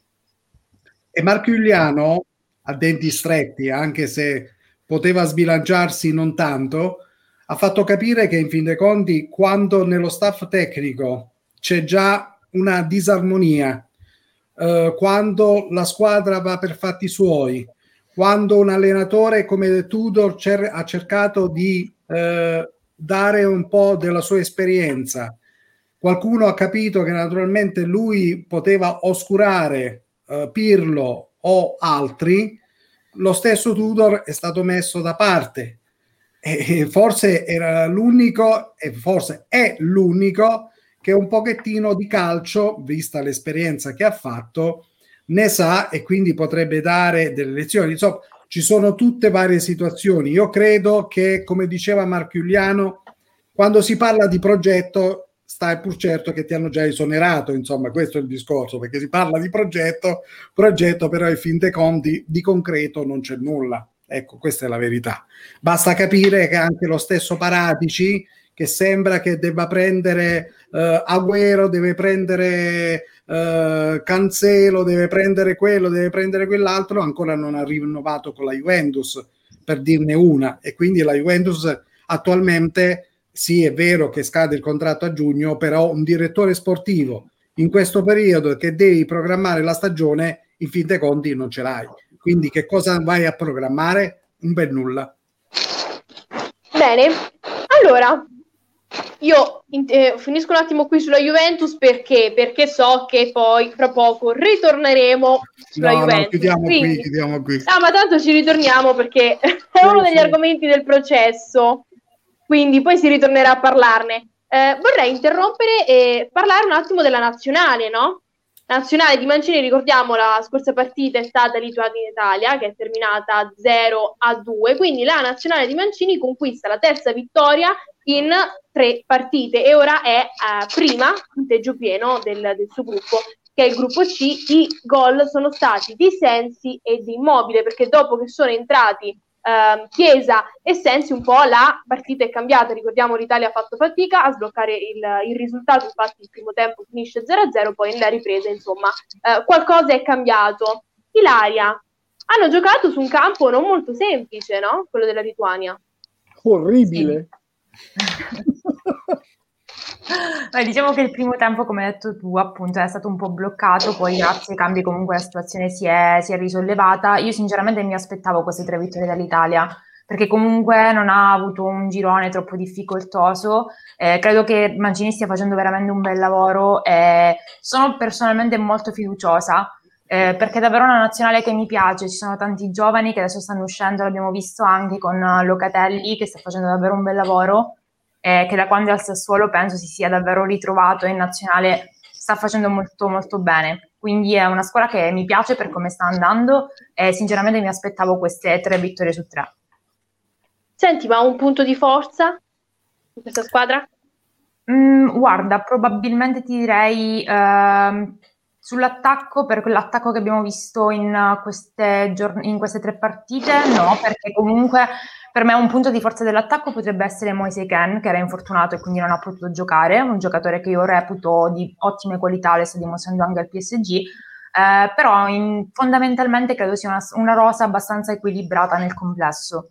e Marco Giuliano, a denti stretti, anche se poteva sbilanciarsi non tanto, ha fatto capire che in fin dei conti quando nello staff tecnico c'è già una disarmonia, eh, quando la squadra va per fatti suoi, quando un allenatore come Tudor cer- ha cercato di eh, dare un po' della sua esperienza, qualcuno ha capito che naturalmente lui poteva oscurare uh, Pirlo o altri, lo stesso Tudor è stato messo da parte e, e forse era l'unico e forse è l'unico che un pochettino di calcio, vista l'esperienza che ha fatto, ne sa e quindi potrebbe dare delle lezioni. Insomma, ci sono tutte varie situazioni. Io credo che, come diceva Marco Giuliano, quando si parla di progetto stai pur certo che ti hanno già esonerato, insomma, questo è il discorso, perché si parla di progetto, progetto però in fin dei conti di concreto non c'è nulla. Ecco, questa è la verità. Basta capire che anche lo stesso Paratici, che sembra che debba prendere uh, Agüero, deve prendere uh, Cancelo, deve prendere quello, deve prendere quell'altro, ancora non ha rinnovato con la Juventus, per dirne una, e quindi la Juventus attualmente, sì, è vero che scade il contratto a giugno, però un direttore sportivo in questo periodo che devi programmare la stagione, in fin dei conti non ce l'hai. Quindi che cosa vai a programmare? Un bel nulla. Bene, allora io eh, finisco un attimo qui sulla Juventus perché, perché so che poi fra poco ritorneremo sulla no, Juventus. No, chiudiamo Quindi, qui, chiudiamo qui. Ah, ma tanto ci ritorniamo perché è sì, uno degli sì. argomenti del processo, quindi poi si ritornerà a parlarne. Eh, vorrei interrompere e parlare un attimo della nazionale, no? La nazionale di Mancini, ricordiamo, la scorsa partita è stata Lituania-Italia, che è terminata zero a due, quindi la nazionale di Mancini conquista la terza vittoria in tre partite e ora è eh, prima, punteggio pieno del, del suo gruppo, che è il gruppo C. I gol sono stati di Sensi e di Immobile, perché dopo che sono entrati Uh, Chiesa e Sensi un po' la partita è cambiata. Ricordiamo l'Italia ha fatto fatica a sbloccare il, il risultato, infatti il primo tempo finisce zero a zero, poi nella ripresa insomma uh, qualcosa è cambiato. Ilaria, hanno giocato su un campo non molto semplice, no? Quello della Lituania. Orribile. Sì. Beh, diciamo che il primo tempo, come hai detto tu, appunto è stato un po' bloccato, poi grazie ai cambi comunque la situazione si è, si è risollevata. Io sinceramente mi aspettavo queste tre vittorie dall'Italia, perché comunque non ha avuto un girone troppo difficoltoso. Eh, credo che Mancini stia facendo veramente un bel lavoro e sono personalmente molto fiduciosa, eh, perché è davvero una nazionale che mi piace. Ci sono tanti giovani che adesso stanno uscendo, l'abbiamo visto anche con Locatelli che sta facendo davvero un bel lavoro. Eh, che da quando è al Sassuolo penso si sia davvero ritrovato in nazionale, sta facendo molto molto bene, quindi è una squadra che mi piace per come sta andando e sinceramente mi aspettavo queste tre vittorie su tre. Senti, ma un punto di forza in questa squadra? Mm, guarda, probabilmente ti direi ehm, sull'attacco, per quell'attacco che abbiamo visto in queste, giorn- in queste tre partite, no, perché comunque per me un punto di forza dell'attacco potrebbe essere Moise Kean, che era infortunato e quindi non ha potuto giocare, un giocatore che io reputo di ottime qualità, le sta dimostrando anche al P S G, eh, però in, fondamentalmente credo sia una, una rosa abbastanza equilibrata nel complesso.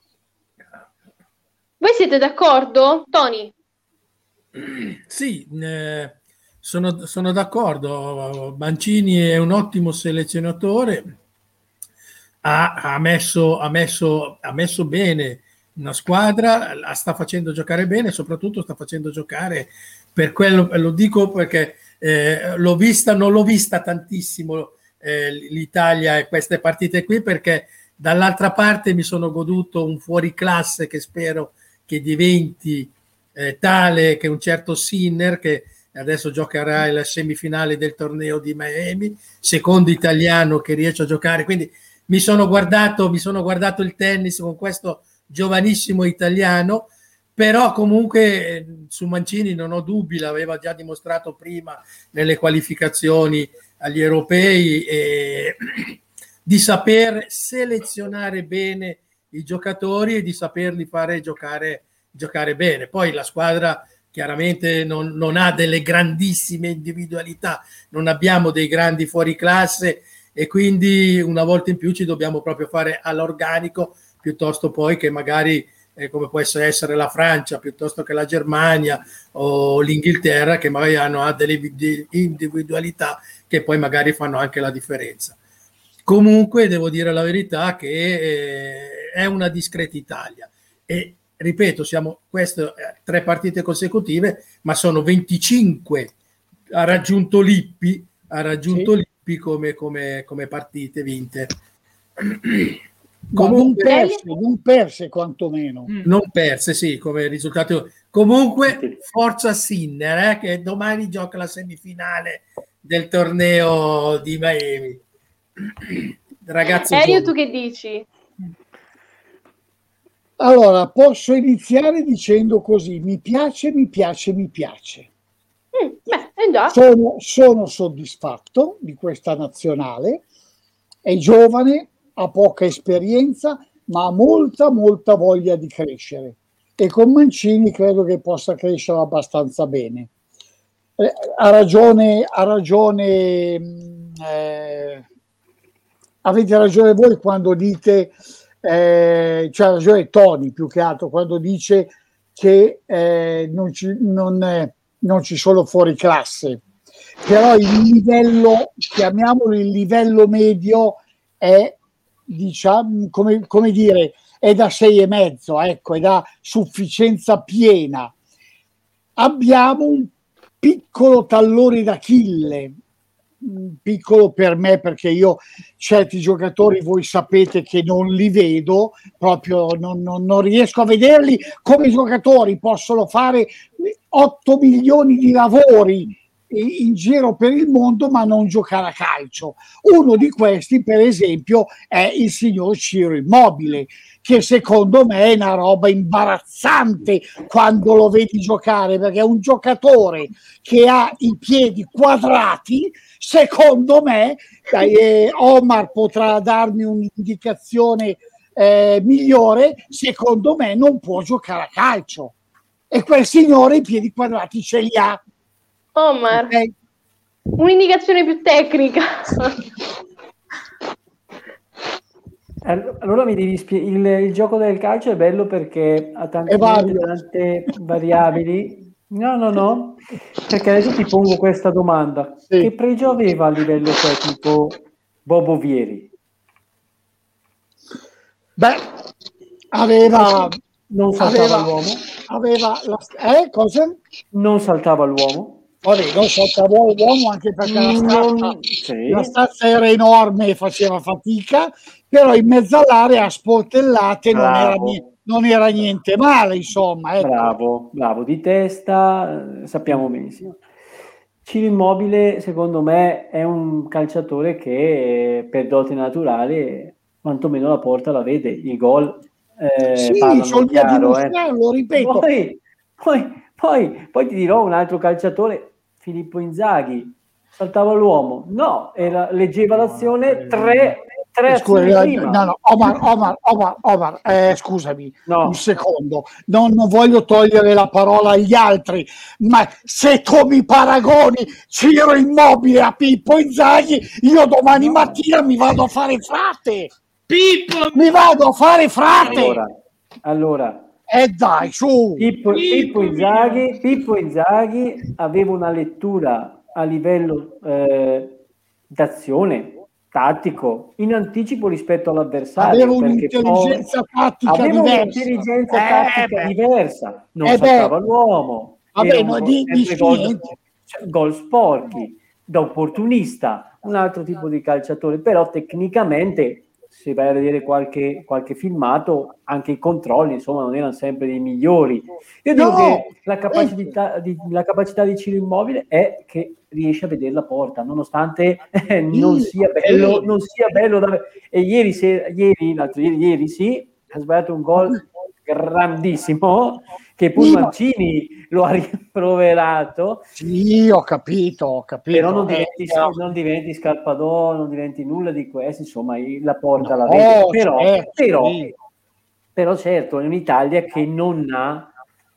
Voi siete d'accordo, Tony? Sì, eh, sono, sono d'accordo. Mancini è un ottimo selezionatore. Ha, ha, messo, ha, messo, ha messo bene una squadra, la sta facendo giocare bene, soprattutto sta facendo giocare per quello, lo dico perché eh, l'ho vista, non l'ho vista tantissimo eh, l'Italia e queste partite qui, perché dall'altra parte mi sono goduto un fuoriclasse che spero che diventi eh, tale che un certo Sinner, che adesso giocherà la semifinale del torneo di Miami, secondo italiano che riesce a giocare, quindi mi sono guardato, mi sono guardato il tennis con questo giovanissimo italiano, però comunque eh, su Mancini non ho dubbi, l'aveva già dimostrato prima nelle qualificazioni agli europei, eh, di saper selezionare bene i giocatori e di saperli fare giocare, giocare bene. Poi la squadra chiaramente non, non ha delle grandissime individualità, non abbiamo dei grandi fuoriclasse, e quindi una volta in più ci dobbiamo proprio fare all'organico, piuttosto poi che magari eh, come può essere la Francia, piuttosto che la Germania o l'Inghilterra, che magari hanno ha delle individualità che poi magari fanno anche la differenza. Comunque devo dire la verità che eh, è una discreta Italia e ripeto, siamo queste eh, tre partite consecutive, ma sono venticinque, ha raggiunto Lippi, ha raggiunto sì. Lippi Come, come, come partite vinte. Comunque, non perse, non perse quantomeno. Non perse, sì, come risultato. Comunque, forza Sinner, eh, che domani gioca la semifinale del torneo di Miami. Ragazzi, Elio, tu che dici? Allora, posso iniziare dicendo così: mi piace, mi piace, mi piace. Mm, beh, già. Sono, sono soddisfatto di questa nazionale, è giovane, ha poca esperienza, ma ha molta, molta voglia di crescere e con Mancini credo che possa crescere abbastanza bene. Eh, ha ragione, ha ragione, eh, avete ragione voi quando dite, eh, cioè ha ragione Tony più che altro, quando dice che eh, non ci, non, eh, non ci sono fuori classe. però il livello, chiamiamolo il livello medio, è, diciamo, come, come dire, è da sei e mezzo, ecco, è da sufficienza piena. Abbiamo un piccolo tallone d'Achille, piccolo per me, perché io certi giocatori voi sapete che non li vedo proprio, non, non, non riesco a vederli come giocatori. Possono fare otto milioni di lavori in giro per il mondo ma non giocare a calcio. Uno di questi, per esempio, è il signor Ciro Immobile, che secondo me è una roba imbarazzante quando lo vedi giocare, perché è un giocatore che ha i piedi quadrati. Secondo me, eh, Omar potrà darmi un'indicazione eh, migliore, secondo me non può giocare a calcio, e quel signore i piedi quadrati ce li ha. Omar, Okay? Un'indicazione più tecnica. Allora mi devi spiegare, il, il gioco del calcio è bello perché ha tante, tante variabili. No, no, no, perché adesso ti pongo questa domanda. Sì. Che pregio aveva a livello tecnico Bobo Vieri? Beh, aveva... Non saltava aveva, l'uomo? Aveva la, eh, cosa? Non saltava l'uomo? Vabbè, non saltava l'uomo anche perché la stazza, sì. la stazza era enorme e faceva fatica, però in mezzo all'area a sportellate non era, non era niente male, insomma. Ecco. Bravo, bravo, di testa, sappiamo benissimo. Ciro Immobile, secondo me, è un calciatore che per dote naturale quantomeno la porta la vede, i gol eh, sì, parlano chiaro, eh. Lo ripeto. Poi, poi, poi, poi ti dirò un altro calciatore, Filippo Inzaghi, saltava l'uomo, no, era, leggeva l'azione tre, tre azioni Scusa, prima. No, no, Omar, Omar, Omar, Omar eh, scusami no. un secondo, non, non voglio togliere la parola agli altri, ma se tu mi paragoni Ciro Immobile a Pippo Inzaghi, io domani no. mattina mi vado a fare frate. Pippo! Mi vado a fare frate! Allora, allora e eh dai, su! Pippo, Pippo, Inzaghi, Pippo Inzaghi aveva una lettura a livello eh, d'azione, tattico, in anticipo rispetto all'avversario. Aveva un'intelligenza tattica aveva diversa. un'intelligenza eh, tattica beh. diversa. Non eh saltava l'uomo. Vabbè, no, di, di gol, gol sporchi, da opportunista, un altro tipo di calciatore, però tecnicamente... se vai a vedere qualche, qualche filmato, anche i controlli, insomma, non erano sempre dei migliori. Io dico no, che la capacità, di, la capacità di Ciro Immobile è che riesce a vedere la porta, nonostante eh, non sia bello, non sia bello da... E ieri, se, ieri, l'altro ieri, ieri sì, ha sbagliato un gol grandissimo, che pur Mancini lo ha rimproverato. Sì, ho capito, ho capito. Però non diventi, eh, non diventi Scarpadò, non diventi nulla di questo, insomma, la porta no, la vede. Però, certo, però, sì. però certo, è un'Italia che non ha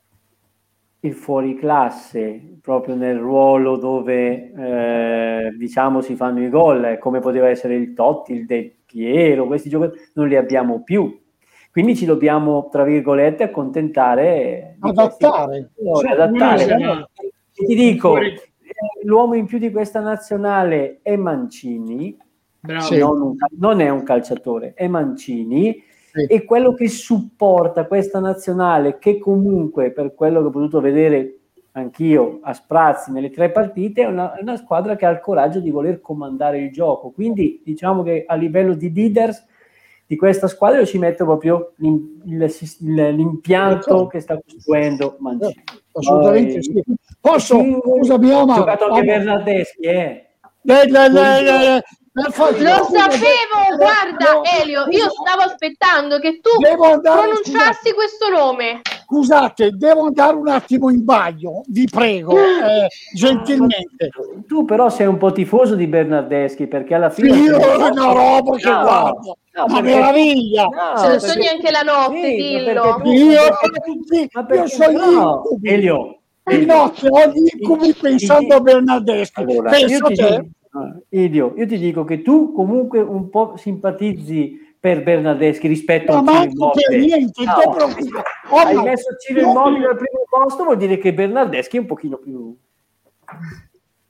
il fuoriclasse proprio nel ruolo dove eh, diciamo si fanno i gol, come poteva essere il Totti, il Del Piero, questi giocatori non li abbiamo più. Quindi ci dobbiamo, tra virgolette, accontentare. Adattare. Questi, adattare. No, ti dico, l'uomo in più di questa nazionale è Mancini, Bravo. Non, un, non è un calciatore, è Mancini, sì. E quello che supporta questa nazionale, che comunque, per quello che ho potuto vedere anch'io a sprazzi nelle tre partite, è una, è una squadra che ha il coraggio di voler comandare il gioco. Quindi diciamo che a livello di leaders di questa squadra io ci metto proprio l'im, il, il, l'impianto che sta costruendo Mancini. Assolutamente Poi, sì. Posso? Scusami, Omar. Ha giocato anche Bernardeschi, eh. Le, le, le, le, Lo sapevo, guarda Elio, io stavo aspettando che tu andare, pronunciassi scusate, questo nome. Scusate, devo andare un attimo in bagno, vi prego, eh, gentilmente. Tu, tu però sei un po' tifoso di Bernardeschi, perché alla fine... Io ho una roba che no, guardo, no, una meraviglia. No, se lo sogni anche la notte, sì, dillo. Tu, io, sì, io sono no, Elio. Di notte ho gli incubi pensando a Bernardeschi. Allora, Penso io te. Elio, io ti dico che tu comunque un po' simpatizzi per Bernardeschi rispetto no, a Ciro Immobile. Niente, no. Oh, Hai no. messo Ciro Immobile al primo posto, vuol dire che Bernardeschi è un pochino più...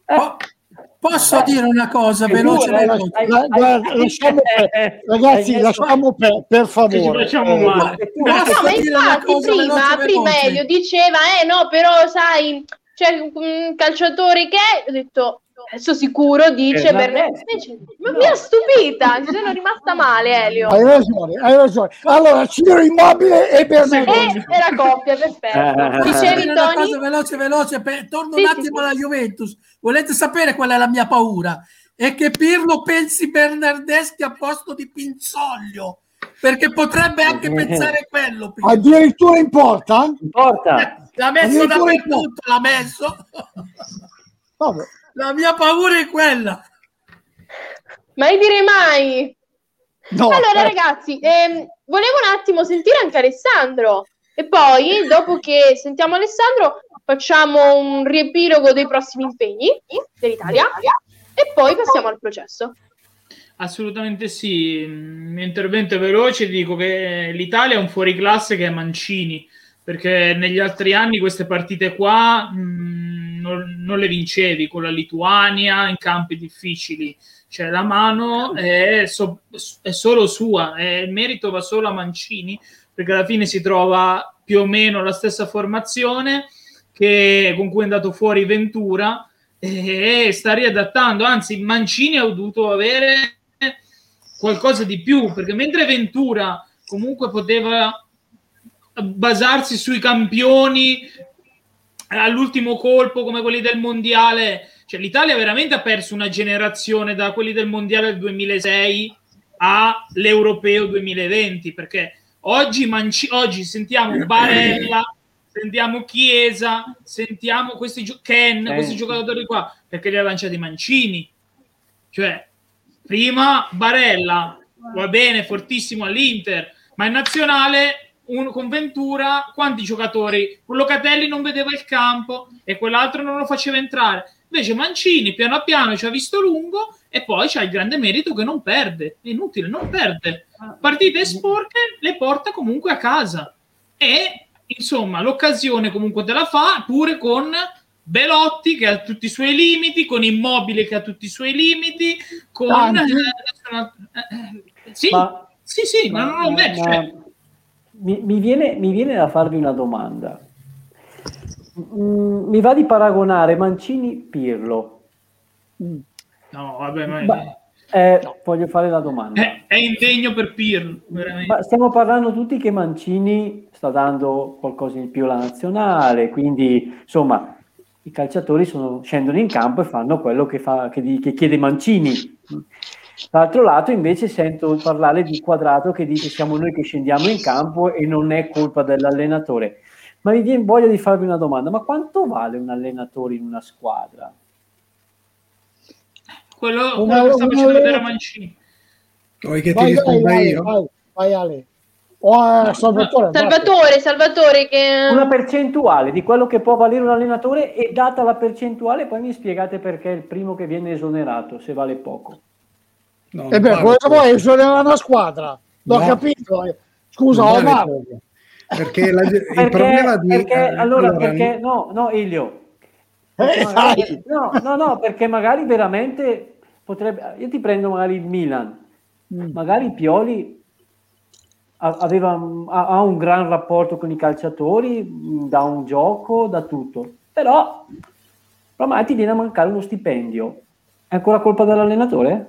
Oh, posso eh, dire una cosa eh, veloce? due, veloce? hai- La- guarda, hai- lasciamo per- ragazzi, hai- lasciamo per, per favore. facciamo Eh, male. e tu- Posso No, ma dire una infatti cosa prima, veloce, prima veloce? Elio diceva, eh no, però sai, c'è un calciatore che... Ho detto, adesso sicuro dice Bernardeschi. Bernardeschi. Ma mi ha stupita, ci sono rimasta male, Elio. hai ragione, hai ragione. Allora, Ciro Immobile e Bernardeschi. E era coppia, perfetto. Posso Dicevi, dire una Tony? cosa veloce, veloce, per- torno Sì, un sì, attimo sì. alla Juventus. Volete sapere qual è la mia paura? È che Pirlo pensi Bernardeschi a posto di Pinzoglio, perché potrebbe anche pensare quello. Pirlo. Addirittura in porta? Importa. L'ha messo Addirittura in dappertutto, l'ha messo. Vabbè. La mia paura è quella. Mai dire mai. No, Allora eh. ragazzi, ehm, volevo un attimo sentire anche Alessandro e poi dopo che sentiamo Alessandro facciamo un riepilogo dei prossimi impegni dell'Italia e poi passiamo al processo. Assolutamente sì, il mio intervento è veloce, dico che l'Italia è un fuoriclasse che è Mancini, perché negli altri anni queste partite qua mh, non, non le vincevi, con la Lituania in campi difficili, cioè la mano è, so, è solo sua, è, il merito va solo a Mancini, perché alla fine si trova più o meno la stessa formazione che, con cui è andato fuori Ventura e sta riadattando, anzi Mancini ha dovuto avere qualcosa di più, perché mentre Ventura comunque poteva basarsi sui campioni all'ultimo colpo come quelli del mondiale, cioè l'Italia veramente ha perso una generazione da quelli del mondiale del duemilasei all'europeo duemilaventi, perché oggi, Manci- oggi sentiamo Barella, sentiamo Chiesa, sentiamo questi gio- Ken, Eh. questi giocatori qua, perché li ha lanciati Mancini. Cioè, prima Barella, va bene, fortissimo all'Inter, ma in nazionale un, con Ventura, quanti giocatori? Locatelli non vedeva il campo e quell'altro non lo faceva entrare. Invece Mancini piano piano ci ha visto lungo e poi c'ha il grande merito che non perde, è inutile, non perde. Partite sporche le porta comunque a casa e insomma l'occasione comunque te la fa pure con Belotti che ha tutti i suoi limiti, con Immobile che ha tutti i suoi limiti, con Tanti. eh, eh, sì, Ma- sì, sì, ma, ma- non ho un match. ma- cioè. mi, mi viene, mi viene da farvi una domanda. Mm, mi va di paragonare Mancini-Pirlo. No, vabbè, ma Ma, eh, voglio fare la domanda. è, è indegno per Pirlo, veramente. Ma stiamo parlando tutti che Mancini sta dando qualcosa in più alla nazionale, quindi insomma i calciatori sono, scendono in campo e fanno quello che, fa, che, di, che chiede Mancini. Dall'altro lato invece sento parlare di Quadrato che dice siamo noi che scendiamo in campo e non è colpa dell'allenatore. Ma mi viene voglia di farvi una domanda, ma quanto vale un allenatore in una squadra? Quello, Una- quello che sta una- facendo vedere Mancini. Vuoi che ti Vai, vai, risponda vai, io? vai, vai Ale. O a Salvatore. vai. Salvatore, Salvatore che... Una percentuale di quello che può valere un allenatore e data la percentuale poi mi spiegate perché è il primo che viene esonerato, se vale poco. No, E beh, non cosa vale vuoi? Sono una squadra. L'ho No. capito. eh. Scusa, Non vale Omar. poco. Perché la- il Perché, problema di perché eh, allora, allora, perché no, no, Elio. Perché Eh, magari- sai. no, no, no, perché magari veramente potrebbe. Io ti prendo magari il Milan, Mm. magari Pioli a- aveva, ha, ha un gran rapporto con i calciatori, mh, da un gioco, da tutto, però ormai ti viene a mancare uno stipendio. È ancora colpa dell'allenatore?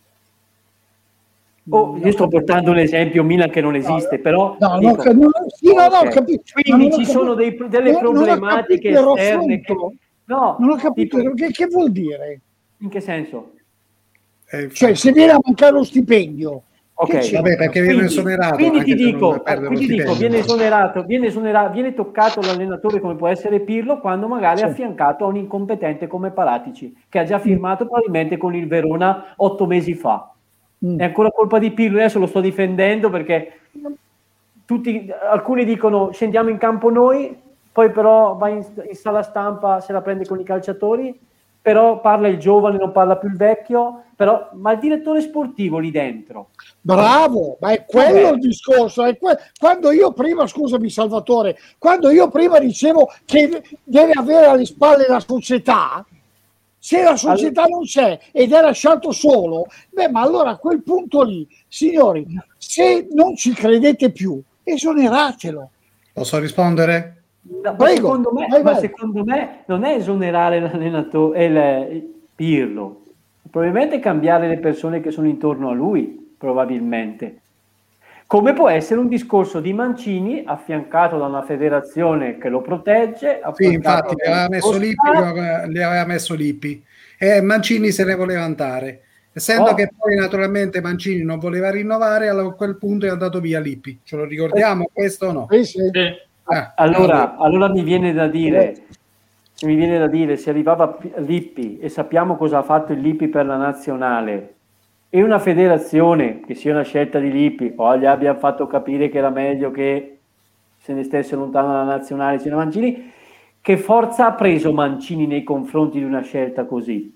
Oh, io sto portando un esempio Milan che non esiste, però No, dico- no, non- sì, no, no, ho ok. capito. Ma Quindi non ho ci sono capito. dei- delle Non- non ho problematiche capito il esterne che- raffronto. no, Non ho capito tipo- che, che vuol dire. in che senso? eh, Cioè, se viene a mancare lo stipendio, Ok, Che c'è? Vabbè, perché viene Quindi- esonerato. Quindi anche ti se non dico, perde lo quindi dico stipendio. viene esonerato, viene esonerato, viene toccato l'allenatore come può essere Pirlo quando magari Sì. è affiancato a un incompetente come Paratici, che ha già firmato probabilmente con il Verona otto mesi fa. Mm. È ancora colpa di Pirlo, adesso lo sto difendendo perché tutti, alcuni dicono scendiamo in campo noi, poi però va in, in sala stampa, se la prende con i calciatori, però parla il giovane, non parla più il vecchio, però, ma il direttore sportivo lì dentro. Bravo, ma è quello Vabbè. il discorso. È que- quando io prima, scusami Salvatore, quando io prima dicevo che deve avere alle spalle la società, Se la società non c'è ed è lasciato solo, beh, ma allora a quel punto lì, signori, se non ci credete più, esoneratelo. Posso rispondere? No, ma, secondo me, vai, vai. ma secondo me non è esonerare l'allenatore, il, il Pirlo, probabilmente cambiare le persone che sono intorno a lui, probabilmente. Come può essere un discorso di Mancini affiancato da una federazione che lo protegge. Sì, infatti le aveva messo Lippi, le aveva messo Lippi e Mancini se ne voleva andare. Essendo oh. che poi naturalmente Mancini non voleva rinnovare, a quel punto è andato via Lippi. Ce lo ricordiamo eh. questo o no? Sì, sì. Ah, allora, allora mi viene da dire, mi viene da dire, se arrivava Lippi e sappiamo cosa ha fatto il Lippi per la nazionale e una federazione che sia una scelta di Lippi o gli abbia fatto capire che era meglio che se ne stesse lontano dalla nazionale c'era Mancini, che forza ha preso Mancini nei confronti di una scelta così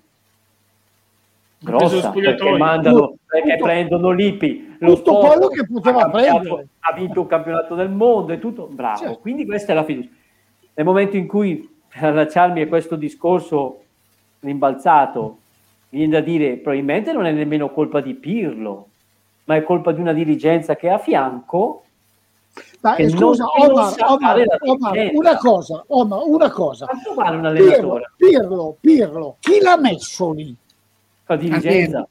grossa, perché mandano, perché tutto, prendono Lippi, lo tutto sport, quello che poteva prendere, ha vinto un campionato del mondo e tutto, bravo, certo. Quindi questa è la fiducia. Nel momento in cui, per allacciarmi a questo discorso rimbalzato, viene da dire probabilmente non è nemmeno colpa di Pirlo, ma è colpa di una dirigenza che è a fianco. Ma che scusa, non, Omar, non Omar, Omar, una cosa, Omar, una cosa. Quanto vale un allenatore? Pirlo, Pirlo, Pirlo, chi l'ha messo lì? La dirigenza?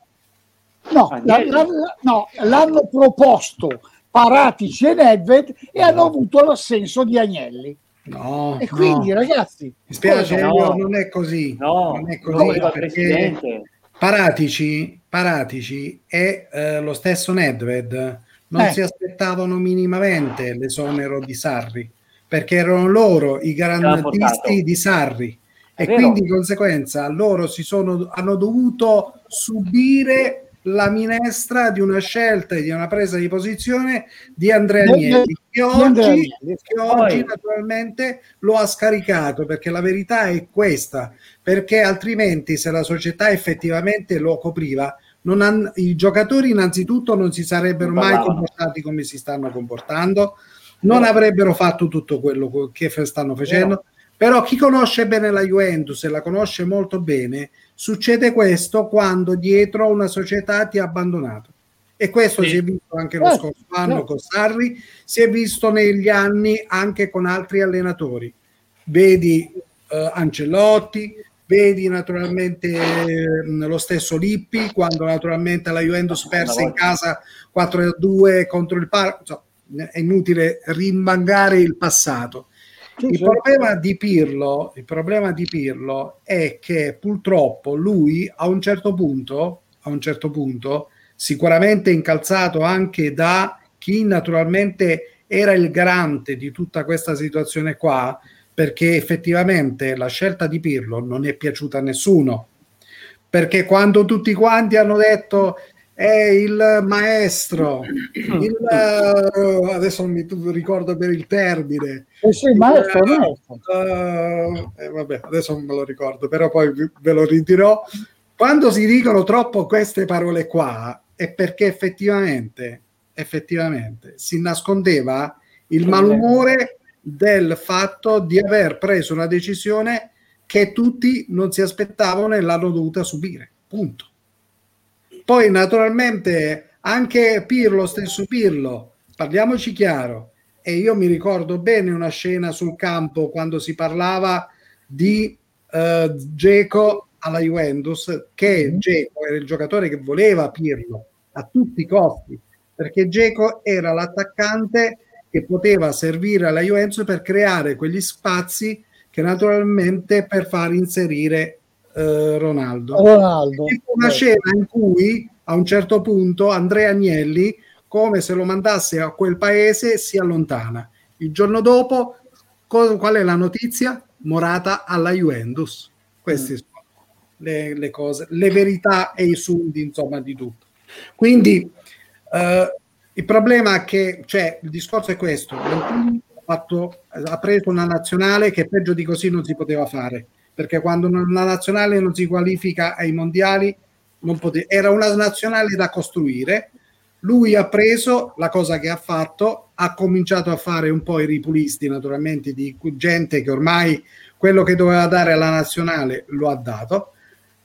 No, la, la, la, no, l'hanno proposto Paratici e Nedved e no. hanno avuto l'assenso di Agnelli. No, e quindi no. ragazzi, mi spiace, no. non è così. No, non è così no, perché Paratici, Paratici e eh, lo stesso Nedved non eh. si aspettavano minimamente l'esonero di Sarri, perché erano loro i garantisti di Sarri. E quindi di conseguenza loro si sono, hanno dovuto subire la minestra di una scelta e di una presa di posizione di Andrea Agnelli, che oggi, che oggi naturalmente lo ha scaricato, perché la verità è questa, perché altrimenti se la società effettivamente lo copriva, non han, i giocatori innanzitutto non si sarebbero mai comportati come si stanno comportando, non avrebbero fatto tutto quello che stanno facendo. Però chi conosce bene la Juventus e la conosce molto bene, succede questo quando dietro una società ti ha abbandonato. E questo sì. si è visto anche lo scorso anno no. con Sarri, si è visto negli anni anche con altri allenatori. Vedi eh, Ancelotti, vedi naturalmente eh, lo stesso Lippi, quando naturalmente la Juventus perse in casa quattro a due contro il Parma. Insomma, è inutile rimbangare il passato. Il problema di Pirlo, il problema di Pirlo è che purtroppo lui a un certo punto, a un certo punto, sicuramente incalzato anche da chi naturalmente era il garante di tutta questa situazione qua, perché effettivamente la scelta di Pirlo non è piaciuta a nessuno, perché quando tutti quanti hanno detto è il maestro, il, uh, adesso non mi ricordo per il termine, eh sì, il maestro, uh, uh, eh, vabbè, adesso non me lo ricordo, però poi ve lo ridirò. Quando si dicono troppo queste parole qua è perché effettivamente, effettivamente si nascondeva il malumore del fatto di aver preso una decisione che tutti non si aspettavano e l'hanno dovuta subire, punto. Poi naturalmente anche Pirlo, stesso Pirlo, parliamoci chiaro, e io mi ricordo bene una scena sul campo quando si parlava di uh, Dzeko alla Juventus, che Dzeko era il giocatore che voleva Pirlo a tutti i costi, perché Dzeko era l'attaccante che poteva servire alla Juventus per creare quegli spazi che naturalmente per far inserire Uh, Ronaldo. Ronaldo. Una scena in cui a un certo punto Andrea Agnelli, come se lo mandasse a quel paese, si allontana. Il giorno dopo, co- qual è la notizia? Morata alla Juventus. Queste mm. sono le, le cose, le verità e i sundi, insomma, di tutto. Quindi uh, il problema è che, cioè, il discorso è questo: ha, fatto, ha preso una nazionale che peggio di così non si poteva fare, perché quando una nazionale non si qualifica ai mondiali non pote- era una nazionale da costruire. Lui ha preso la cosa che ha fatto, ha cominciato a fare un po' i ripulisti naturalmente di gente che ormai quello che doveva dare alla nazionale lo ha dato,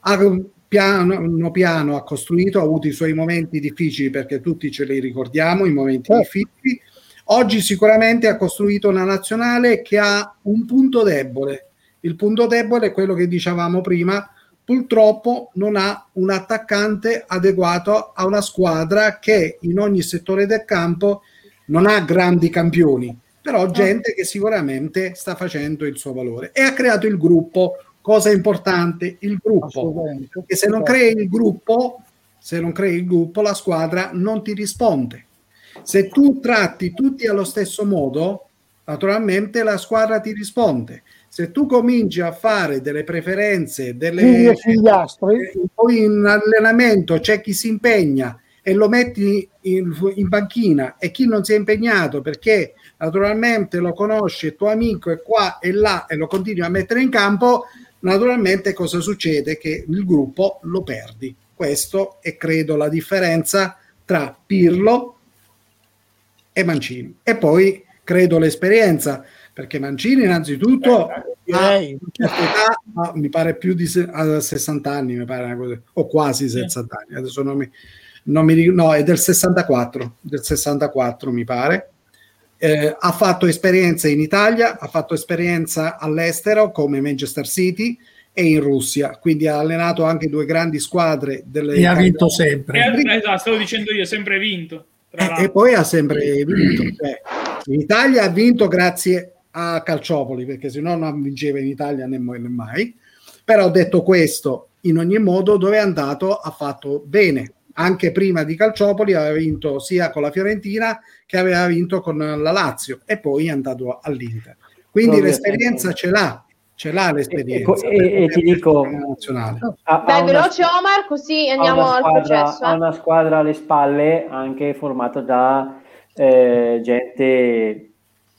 ha piano piano ha costruito, ha avuto i suoi momenti difficili, perché tutti ce li ricordiamo, i momenti difficili. Oggi sicuramente ha costruito una nazionale che ha un punto debole. Il punto debole è quello che dicevamo prima: purtroppo non ha un attaccante adeguato a una squadra che in ogni settore del campo non ha grandi campioni, però gente che sicuramente sta facendo il suo valore, e ha creato il gruppo, cosa importante, il gruppo, perché se non crei il gruppo, se non crei il gruppo, la squadra non ti risponde. Se tu tratti tutti allo stesso modo, naturalmente la squadra ti risponde. Se tu cominci a fare delle preferenze, delle, poi in allenamento c'è chi si impegna e lo metti in, in panchina, e chi non si è impegnato perché naturalmente lo conosce, il tuo amico è qua e là, e lo continui a mettere in campo, naturalmente cosa succede? Che il gruppo lo perdi. Questo è, credo, la differenza tra Pirlo e Mancini. E poi credo l'esperienza, perché Mancini innanzitutto eh, ha, età, ha, mi pare più di se, ha sessanta anni, mi pare una cosa, o quasi sessanta anni, adesso non mi, non mi no, è del sessantaquattro, del sessantaquattro mi pare. Eh, ha fatto esperienza in Italia, ha fatto esperienza all'estero come Manchester City e in Russia, quindi ha allenato anche due grandi squadre delle e ha vinto sempre. Eh, esatto, stavo dicendo io, sempre vinto. E, e poi ha sempre vinto. Cioè, in Italia ha vinto grazie a Calciopoli, perché se no non vinceva in Italia né mai. Però detto questo, in ogni modo dove è andato ha fatto bene. Anche prima di Calciopoli aveva vinto sia con la Fiorentina che aveva vinto con la Lazio, e poi è andato all'Inter. Quindi non l'esperienza ce l'ha, ce l'ha l'esperienza. E, e, e ti dico, nazionale. Ha, Dai, veloce Omar, così andiamo squadra, al processo. Ha una squadra alle spalle anche formata da eh, gente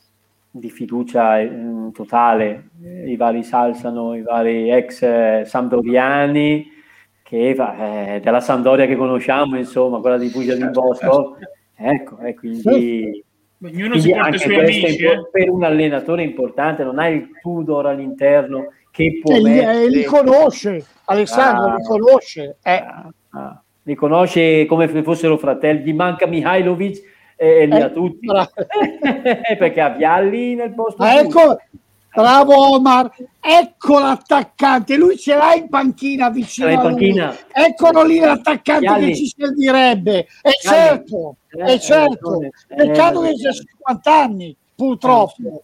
di fiducia eh, totale, i vari Salsano, i vari ex eh, sampdoriani, che eh, della Sampdoria che conosciamo, insomma, quella di Bugia di Bosco, ecco, e quindi, ognuno quindi si porta i suoi amici, è, eh. per un allenatore importante, non hai il Tudor all'interno che può e mettere... li, li conosce, Alessandro ah, li conosce, eh. ah, ah, li conosce come se fossero fratelli, gli manca Mihailovic e li eh, ha tutti, perché ha Vialli nel posto. Ah, ecco, bravo Omar, ecco l'attaccante, lui ce l'ha in panchina vicino in a panchina. lui. Eccolo lì l'attaccante Vialli. che ci servirebbe, è certo, eh, è certo, eh, peccato eh, che sia cinquanta anni, purtroppo.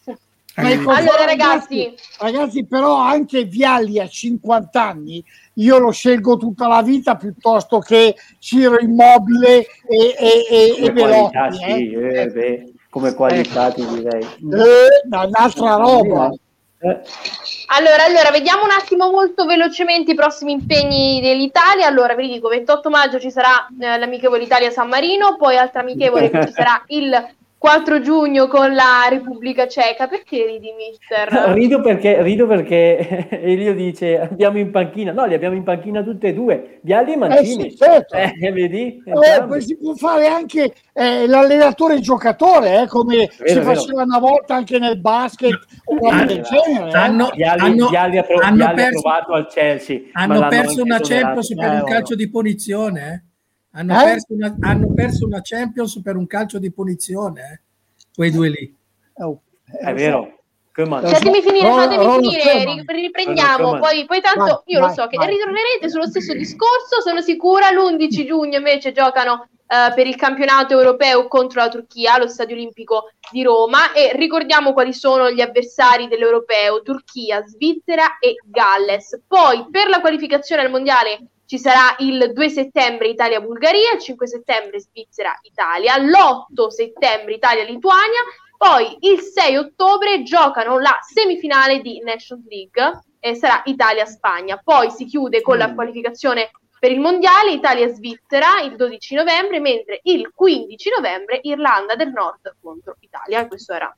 Eh, allora ragazzi, ragazzi, però anche Vialli a cinquanta anni io lo scelgo tutta la vita piuttosto che Ciro Immobile e, e, e, e Velotti, sì, eh. eh, beh, come qualità ti direi eh, un'altra roba. eh. Allora, allora, vediamo un attimo molto velocemente i prossimi impegni dell'Italia. Allora, vi dico, ventotto maggio ci sarà eh, l'amichevole Italia-San Marino, poi altra amichevole che ci sarà il quattro giugno con la Repubblica Ceca. Perché ridi, mister? Rido perché, rido perché Elio dice abbiamo in panchina, no, li abbiamo in panchina tutte e due, Vialli e Mancini. Eh sì, certo. eh, vedi? Eh, poi si può fare anche eh, l'allenatore giocatore, eh, come vero, si faceva una volta anche nel basket o roba del genere. Hanno, eh. Vialli, hanno, Vialli ha, prov- hanno Vialli perso, ha provato al Chelsea. Hanno perso una Champions per un calcio di punizione. Eh? Hanno, eh? perso una, hanno perso una Champions per un calcio di punizione. Eh? Quei due lì. Oh, è vero. Fatemi finire, no, fatemi no, finire, no, riprendiamo, no, poi, poi tanto vai, io vai, lo so che vai. ritornerete sullo stesso discorso, sono sicura. L'undici giugno invece giocano uh, per il campionato europeo contro la Turchia allo Stadio Olimpico di Roma, e ricordiamo quali sono gli avversari dell'europeo: Turchia, Svizzera e Galles. Poi per la qualificazione al mondiale ci sarà il due settembre Italia-Bulgaria, il cinque settembre Svizzera-Italia, l'otto settembre Italia-Lituania. Poi il sei ottobre giocano la semifinale di Nations League e sarà Italia-Spagna. Poi si chiude con la qualificazione per il mondiale Italia-Svizzera il dodici novembre, mentre il quindici novembre Irlanda del Nord contro Italia. Questo era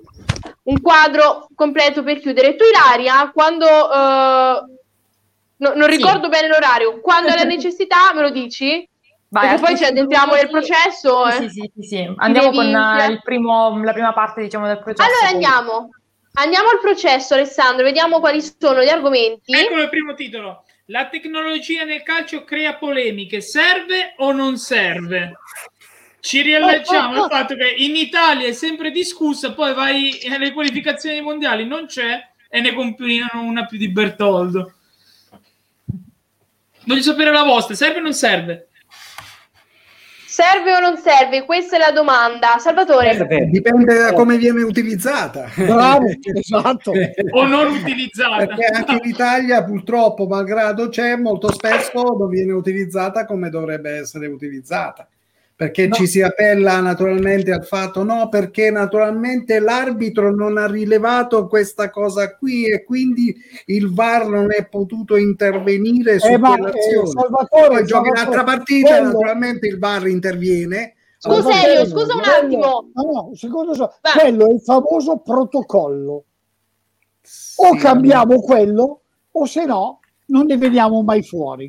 un quadro completo per chiudere. Tu, Ilaria, quando uh, no, non ricordo sì. bene l'orario, quando è la necessità me lo dici? Vai, perché poi ci addentriamo nel processo. Sì, eh. sì, sì, sì. Andiamo con il primo, la prima parte, diciamo, del processo. Allora andiamo. Andiamo al processo, Alessandro, vediamo quali sono gli argomenti. Eccolo il primo titolo. La tecnologia nel calcio crea polemiche, serve o non serve? Ci riallacciamo al fatto che in Italia è sempre discussa, poi vai alle qualificazioni mondiali, non c'è, e ne compilano una più di Bertoldo. Voglio sapere la vostra, serve o non serve? Serve o non serve? Questa è la domanda. Salvatore. Serve. Dipende da come viene utilizzata. Bravo, esatto. O non utilizzata. Perché anche in Italia, purtroppo, malgrado c'è, molto spesso non viene utilizzata come dovrebbe essere utilizzata. Perché no. Ci si appella naturalmente al fatto, no, perché naturalmente l'arbitro non ha rilevato questa cosa qui e quindi il V A R non è potuto intervenire su eh, quell'azione. Eh, Salvatore, poi giochi un'altra partita, quello... naturalmente il V A R interviene. Scusa Elio, scusa un attimo. No, no, secondo so, quello è il famoso protocollo. Sì, o cambiamo no. quello, o se no non ne veniamo mai fuori.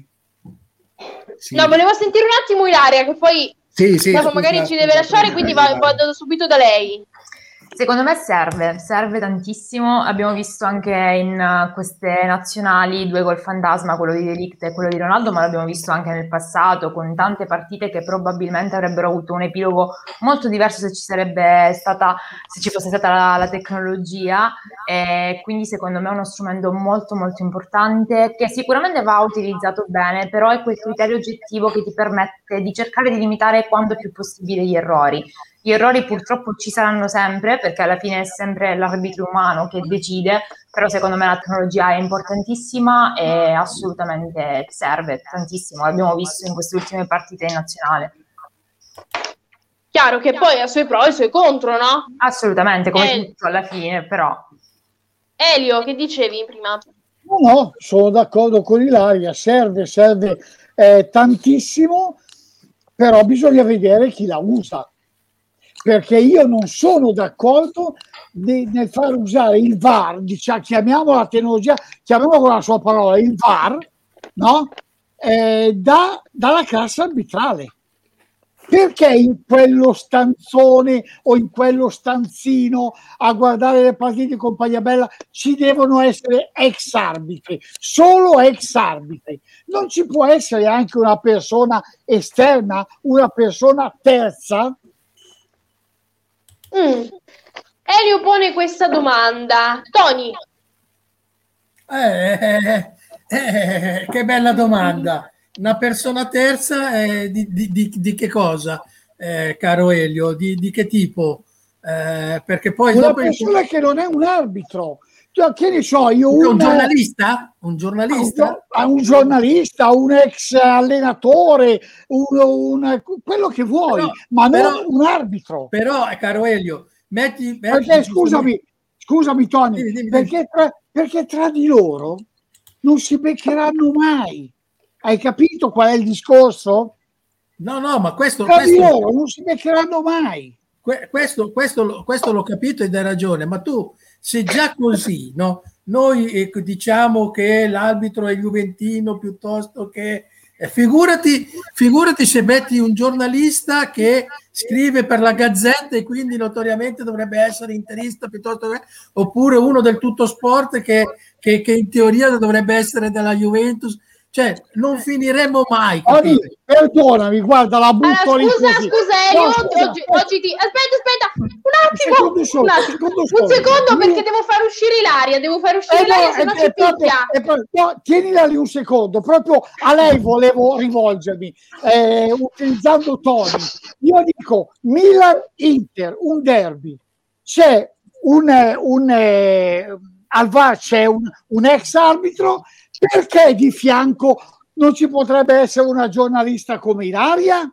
Sì. No, volevo sentire un attimo Ilaria, che poi Sì, sì, dopo magari ci deve lasciare, quindi va, vado subito da lei. Secondo me serve, serve tantissimo. Abbiamo visto anche in uh, queste nazionali due gol fantasma, quello di De Ligt e quello di Ronaldo, ma l'abbiamo visto anche nel passato con tante partite che probabilmente avrebbero avuto un epilogo molto diverso se ci sarebbe stata, se ci fosse stata la, la tecnologia. E quindi secondo me è uno strumento molto molto importante che sicuramente va utilizzato bene, però è quel criterio oggettivo che ti permette di cercare di limitare quanto più possibile gli errori. Gli errori purtroppo ci saranno sempre, perché alla fine è sempre l'arbitro umano che decide, però secondo me la tecnologia è importantissima e assolutamente serve tantissimo, l'abbiamo visto in queste ultime partite in nazionale. Chiaro che poi ha i suoi pro e i suoi contro, no? Assolutamente, come El- tutto alla fine, però. Elio, che dicevi prima? No, no, sono d'accordo con Ilaria, serve, serve eh, tantissimo, però bisogna vedere chi la usa. Perché io non sono d'accordo de, nel far usare il V A R, diciamo, chiamiamo la tecnologia, chiamiamo con la sua parola, il V A R, no? Eh, da, dalla classe arbitrale. Perché in quello stanzone o in quello stanzino a guardare le partite di compagnia bella ci devono essere ex arbitri, solo ex arbitri? Non ci può essere anche una persona esterna, una persona terza? Mm. Elio pone questa domanda. Tony. Eh, eh, eh, che bella domanda. Una persona terza eh, di, di, di, di che cosa, eh, caro Elio? Di, di che tipo? Eh, perché poi una dopo persona il... che non è un arbitro. Che ne so io? Un, un giornalista? Un giornalista? Un, un giornalista, un ex allenatore, un, un, quello che vuoi, però, ma non però, un arbitro. Però, caro Elio, metti... metti perché, scusami, scusami Tony, dimmi, dimmi, perché, dimmi. Tra, perché tra di loro non si beccheranno mai. Hai capito qual è il discorso? No, no, ma questo... Tra questo... di loro non si beccheranno mai. Questo, questo, questo l'ho capito ed hai ragione, ma tu se già così, no? Noi eh, diciamo che l'arbitro è juventino piuttosto che eh, figurati, figurati se metti un giornalista che scrive per la Gazzetta e quindi notoriamente dovrebbe essere interista piuttosto che, oppure uno del Tutto Sport che, che, che in teoria dovrebbe essere della Juventus. Cioè, non finiremo mai. Ori, perdonami, guarda, la butto allora, lì scusa, così. scusa, Elio, no, oggi, scusa. oggi ti... Aspetta, aspetta, un attimo, un, solo, un, attimo. Secondo un secondo perché devo far uscire Ilaria, devo far uscire eh Ilaria, no, se no è, ci è proprio, picchia. è proprio, no, tienila lì un secondo, proprio a lei volevo rivolgermi, eh, utilizzando Tony. Io dico, Milan-Inter, un derby, c'è un... un eh, al V A R c'è un, un ex arbitro, perché di fianco non ci potrebbe essere una giornalista come Ilaria?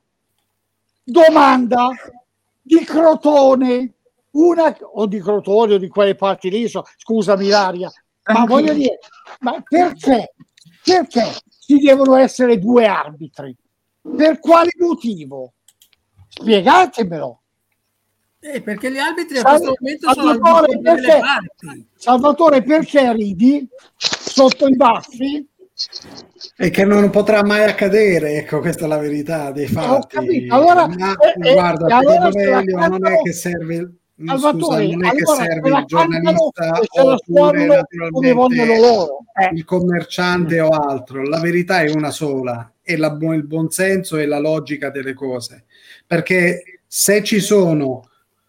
Domanda di Crotone, una o di Crotone o di quelle parti lì, so, scusami Ilaria, ma voglio dire, ma perché? Perché ci devono essere due arbitri? Per quale motivo? Spiegatemelo. Eh, perché gli arbitri a questo momento Salvatore, sono perché, delle parti. Salvatore, perché ridi sotto i baffi? E che non potrà mai accadere, ecco, questa è la verità dei fatti. Ho capito. Allora, ma eh, guarda, eh, allora secondo me cantano... non è che serve Salvatore, scusa, non è che allora serve se la il giornalista e se la oppure suonano come vogliono naturalmente loro. Eh. il commerciante o altro. La verità è una sola, è la bu- il buonsenso e la logica delle cose. Perché se ci sono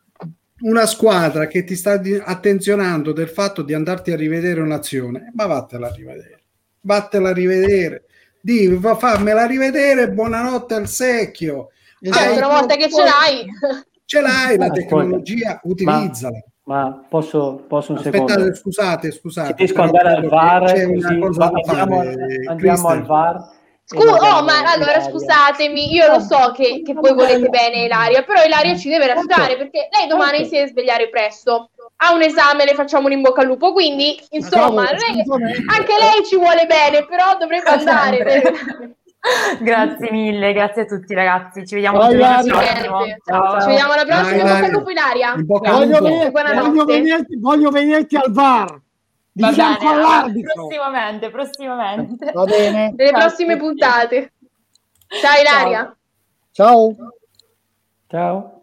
una squadra che ti sta di- attenzionando del fatto di andarti a rivedere un'azione, ma vattela a rivedere, vattela a rivedere, di va fammela rivedere, buonanotte al secchio. Certo, Hai- una volta che ce l'hai. ce l'hai la Ascolta, tecnologia, utilizzala. Ma, ma posso, posso un Aspettate, secondo? scusate, Ci scusate, riesco però ad andare al credo che VAR, c'è così una cosa da andiamo, fare, andiamo al Kristen. VAR. e Scusa, vediamo oh, ma allora Ilaria. scusatemi, io lo so che, che voi volete bene Ilaria, però Ilaria ci deve lasciare perché lei domani Certo. si deve svegliare presto. Ha un esame, le facciamo un in bocca al lupo, quindi insomma, Cavolo, lei- assolutamente. anche lei ci vuole bene, però dovrebbe andare. Sempre. Grazie mille, grazie a tutti ragazzi, ci vediamo Ciao, il Ilaria. prossimo. Niente. Ciao. Ci vediamo alla prossima, Dai, in bocca al Ilaria. lupo Ilaria. In bocca al Voglio, lupo. venire- Buonanotte. voglio venirti, voglio venirti al VAR di Va fianco bene, all'arbitro. prossimamente, prossimamente. Va bene. Nelle Ciao a prossime tutti. puntate. Ciao Ilaria. Ciao. Ciao.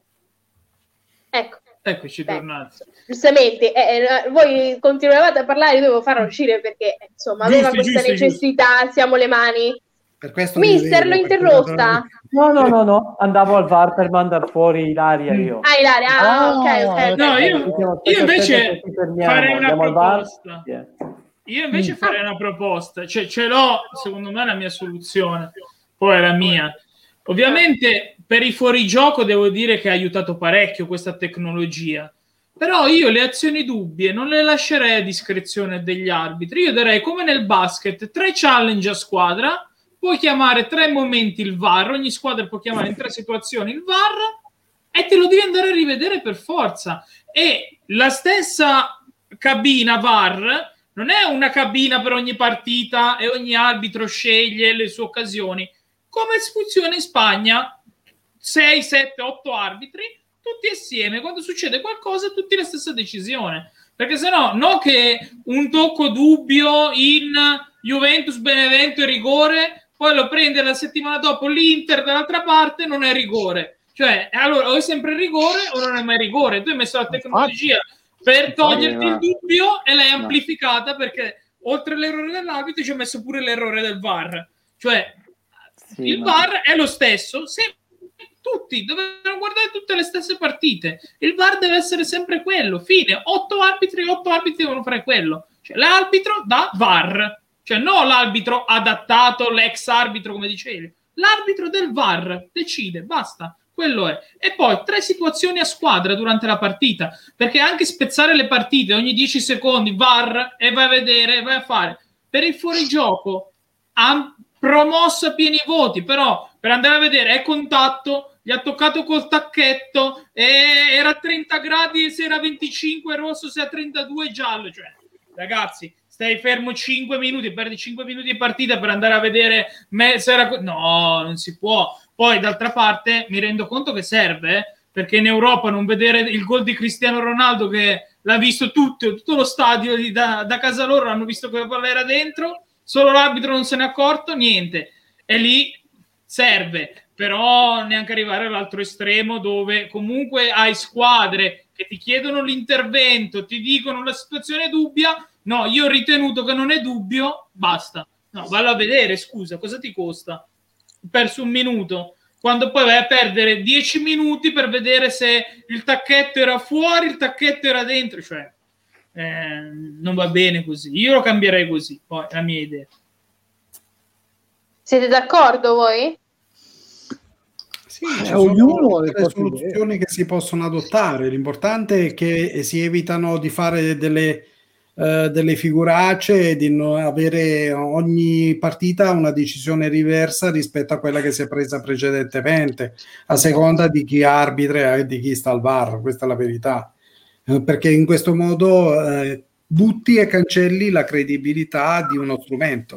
Ecco. Eccoci Beh, tornati. giustamente, eh, eh, voi continuavate a parlare, io dovevo farlo uscire perché insomma aveva Giusto, questa giusto, necessità, alziamo le mani. Per questo Mister, ridevo, l'ho perché interrotta. No, no, no, no, andavo al VAR per mandare fuori Ilaria io. Ah, Ilaria, ah, Ah, ok, ok. ok. No, io, Diciamo, io aspetta, invece aspetta che ci fermiamo, farei una andiamo al VAR. proposta. Yeah. Io invece farei una proposta, cioè ce l'ho, secondo me, la mia soluzione, poi è la mia. Ovviamente per i fuorigioco devo dire che ha aiutato parecchio questa tecnologia, però io le azioni dubbie non le lascerei a discrezione degli arbitri, io darei come nel basket tre challenge a squadra, puoi chiamare tre momenti il VAR, ogni squadra può chiamare in tre situazioni il VAR e te lo devi andare a rivedere per forza. E la stessa cabina VAR non è una cabina per ogni partita e ogni arbitro sceglie le sue occasioni, come funziona in Spagna, sei, sette, otto arbitri, tutti assieme, quando succede qualcosa tutti la stessa decisione, perché sennò no che un tocco dubbio in Juventus Benevento è rigore, poi lo prende la settimana dopo l'Inter dall'altra parte, non è rigore, cioè allora o è sempre rigore o non è mai rigore. Tu hai messo la tecnologia per toglierti il dubbio e l'hai amplificata perché oltre all'errore dell'arbitro ci ha messo pure l'errore del VAR, cioè Sì, il ma- VAR è lo stesso se tutti dovevano guardare tutte le stesse partite, il VAR deve essere sempre quello, fine, otto arbitri otto arbitri devono fare quello, cioè l'arbitro da VAR, cioè non l'arbitro adattato, l'ex arbitro come dicevi, l'arbitro del VAR decide, basta, quello è. E poi tre situazioni a squadra durante la partita, perché anche spezzare le partite ogni dieci secondi VAR e vai a vedere, vai a fare per il fuorigioco ha promosso a pieni voti, però per andare a vedere è contatto, gli ha toccato col tacchetto e era a trenta gradi se era venticinque rosso, se a trentadue giallo, cioè ragazzi stai fermo cinque minuti, perdi cinque minuti di partita per andare a vedere me, se era... no, non si può. Poi d'altra parte mi rendo conto che serve, eh, perché in Europa non vedere il gol di Cristiano Ronaldo che l'ha visto tutto, tutto lo stadio di, da, da casa loro hanno visto che la palla era dentro, solo l'arbitro non se n'è accorto, niente, e lì serve, però neanche arrivare all'altro estremo dove comunque hai squadre che ti chiedono l'intervento, ti dicono la situazione è dubbia, no, io ho ritenuto che non è dubbio, basta, no, vallo a vedere, scusa, cosa ti costa? Ho perso un minuto, quando poi vai a perdere dieci minuti per vedere se il tacchetto era fuori, il tacchetto era dentro, cioè eh, non va bene così, io lo cambierei così, poi è la mia idea. Siete d'accordo voi? Sì, Eh, ci ognuno sono ha le delle proprie idee. soluzioni che si possono adottare. L'importante è che si evitano di fare delle, eh, delle figuracce e di non avere ogni partita una decisione diversa rispetto a quella che si è presa precedentemente, a seconda di chi arbitra e di chi sta al VAR. Questa è la verità. Eh, perché in questo modo eh, butti e cancelli la credibilità di uno strumento.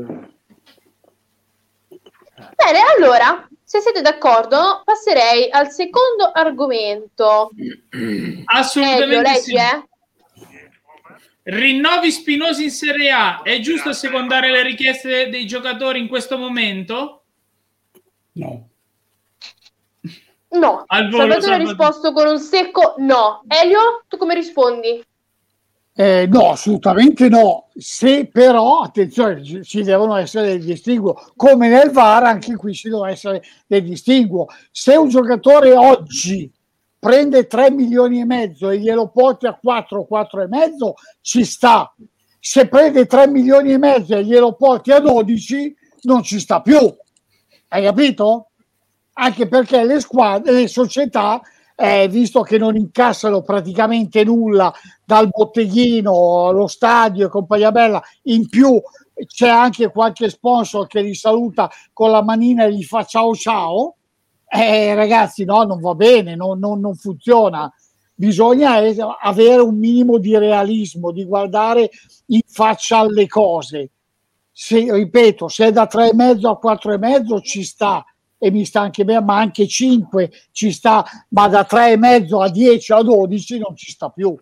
Bene, allora, se siete d'accordo, passerei al secondo argomento. Assolutamente Elio, leggi, sì. eh? Rinnovi Spinosi in Serie A, è giusto assecondare le richieste dei giocatori in questo momento? No. No, Al volo, Salvatore ha Salvatore. risposto con un secco no. Elio, tu come rispondi? Eh, no, assolutamente no. Se però, attenzione, ci, ci devono essere dei distinguo, come nel V A R anche qui ci devono essere dei distinguo. Se un giocatore oggi prende tre milioni e mezzo e glielo porti a quattro, quattro e mezzo, ci sta. Se prende tre milioni e mezzo e glielo porti a dodici, non ci sta più. Hai capito? Anche perché le squadre, le società, eh, visto che non incassano praticamente nulla dal botteghino allo stadio e compagnia bella, in più c'è anche qualche sponsor che li saluta con la manina e gli fa ciao ciao, eh, ragazzi, no, non va bene, non, non, non funziona. Bisogna avere un minimo di realismo, di guardare in faccia alle cose. Se, ripeto, se è da tre e mezzo a quattro e mezzo ci sta, e mi sta anche bene, ma anche cinque ci sta, ma da tre e mezzo a dieci a dodici non ci sta più.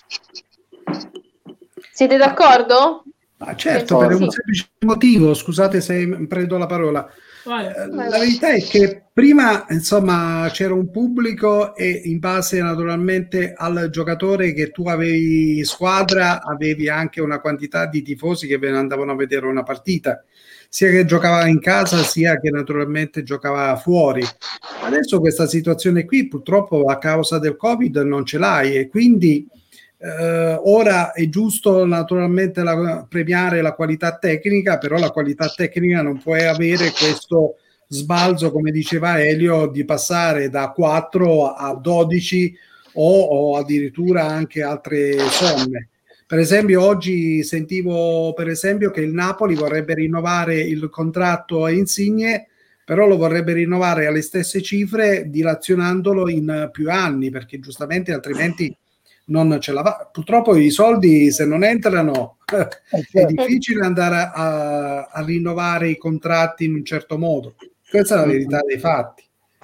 Siete d'accordo? Ah, certo, Penso per sì. un semplice motivo, scusate se prendo la parola. Vai. Eh, La verità è che prima, insomma, c'era un pubblico e in base naturalmente al giocatore che tu avevi squadra, avevi anche una quantità di tifosi che ve ne andavano a vedere una partita, sia che giocava in casa sia che naturalmente giocava fuori. Adesso questa situazione qui purtroppo a causa del Covid non ce l'hai e quindi eh, ora è giusto naturalmente la, premiare la qualità tecnica, però la qualità tecnica non può avere questo sbalzo, come diceva Elio, di passare da quattro a dodici o, o addirittura anche altre somme. Per esempio oggi sentivo per esempio che il Napoli vorrebbe rinnovare il contratto a Insigne, però lo vorrebbe rinnovare alle stesse cifre dilazionandolo in più anni, perché giustamente altrimenti non ce la fa. Purtroppo i soldi se non entrano è difficile andare a, a rinnovare i contratti in un certo modo. Questa è la verità dei fatti.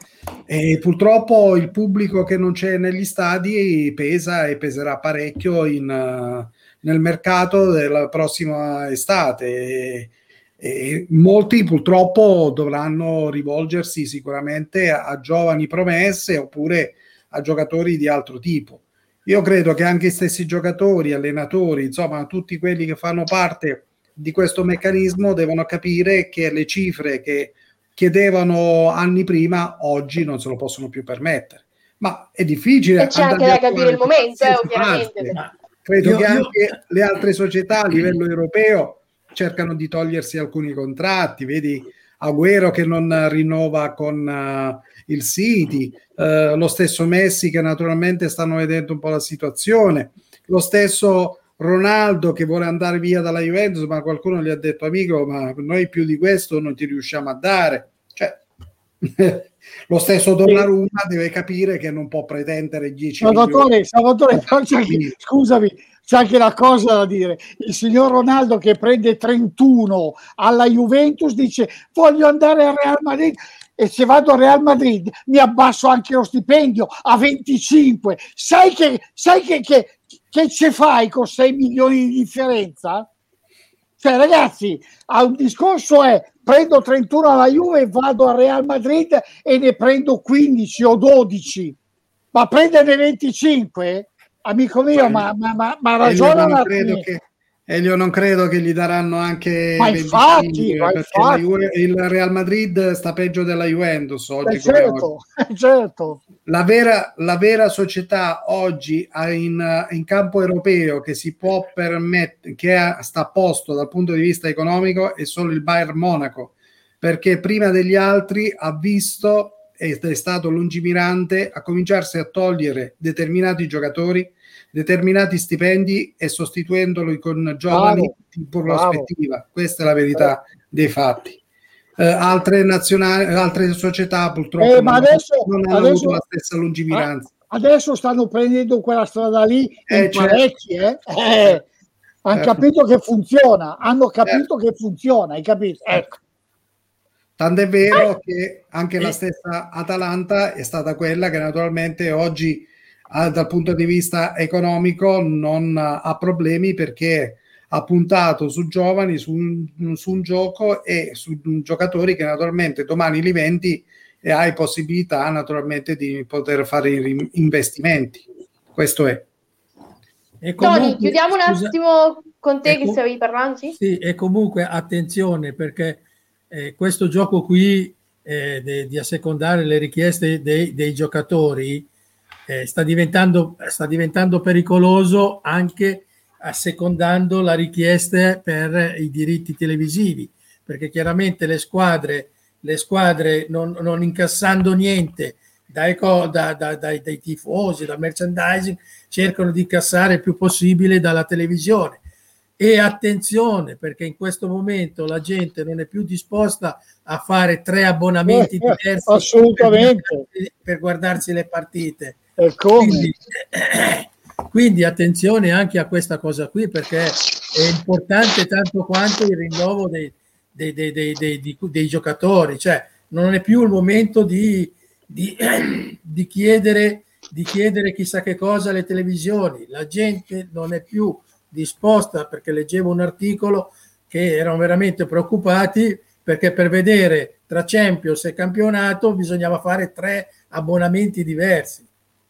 E purtroppo il pubblico che non c'è negli stadi pesa e peserà parecchio in, uh, nel mercato della prossima estate e, e molti purtroppo dovranno rivolgersi sicuramente a, a giovani promesse oppure a giocatori di altro tipo. Io credo che anche i stessi giocatori, allenatori, insomma tutti quelli che fanno parte di questo meccanismo devono capire che le cifre che chiedevano anni prima oggi non se lo possono più permettere, ma è difficile e c'è anche da capire il momento, eh, ovviamente. Credo io, che io... anche le altre società a livello europeo cercano di togliersi alcuni contratti, vedi Agüero che non rinnova con uh, il City, uh, lo stesso Messi che naturalmente stanno vedendo un po' la situazione, lo stesso Ronaldo che vuole andare via dalla Juventus, ma qualcuno gli ha detto amico, ma noi più di questo non ti riusciamo a dare, cioè lo stesso Donnarumma deve capire che non può pretendere dieci milioni. Salvatore, anche, scusami, c'è anche una cosa da dire, il signor Ronaldo che prende trentuno alla Juventus dice voglio andare al Real Madrid e se vado al Real Madrid mi abbasso anche lo stipendio a venticinque, sai che sai che, che che ce fai con sei milioni di differenza? Cioè ragazzi, un discorso è prendo trentuno alla Juve e vado al Real Madrid e ne prendo quindici o dodici, ma prenderne venticinque? Amico mio, ma, ma, ma, ma ragiona un attimo. Elio, non credo che gli daranno anche ma infatti, ma perché infatti. La Juve, il Real Madrid sta peggio della Juventus oggi, eh certo, oggi. certo. La vera, la vera società oggi in, in campo europeo che si può permettere, che sta a posto dal punto di vista economico, è solo il Bayern Monaco, perché prima degli altri ha visto ed è stato lungimirante a cominciarsi a togliere determinati giocatori, determinati stipendi e sostituendoli con giovani bravo, in prospettiva. Bravo. Questa è la verità dei fatti. Uh, altre nazionali, altre società purtroppo eh, ma non, adesso, non hanno adesso, avuto la stessa lungimiranza. Adesso stanno prendendo quella strada lì eh, in parecchi, eh? eh, hanno certo. capito che funziona, hanno capito certo. che funziona, hai capito? Ecco. Tant'è vero che anche la stessa Atalanta è stata quella che naturalmente oggi dal punto di vista economico non ha problemi perché ha puntato su giovani, su un, su un gioco e su giocatori che naturalmente domani li vendi e hai possibilità naturalmente di poter fare investimenti. Questo è. E comunque, Tony, chiudiamo un scusa, attimo con te che com- stavi parlando. Sì? Sì, e comunque attenzione, perché eh, questo gioco qui eh, de, di assecondare le richieste dei, dei giocatori eh, sta diventando, sta diventando pericoloso anche assecondando la richiesta per i diritti televisivi, perché chiaramente le squadre, le squadre non, non incassando niente dai, da, da, dai, dai tifosi, dal merchandising, cercano di incassare il più possibile dalla televisione. E attenzione, perché in questo momento la gente non è più disposta a fare tre abbonamenti eh, diversi assolutamente. Per, guardarsi, per guardarsi le partite. E come? Quindi, eh, quindi attenzione anche a questa cosa qui, perché è importante tanto quanto il rinnovo dei, dei, dei, dei, dei, dei, dei giocatori. Cioè non è più il momento di, di, di, chiedere, di chiedere chissà che cosa alle televisioni. La gente non è più disposta, perché leggevo un articolo che erano veramente preoccupati perché per vedere tra Champions e campionato bisognava fare tre abbonamenti diversi.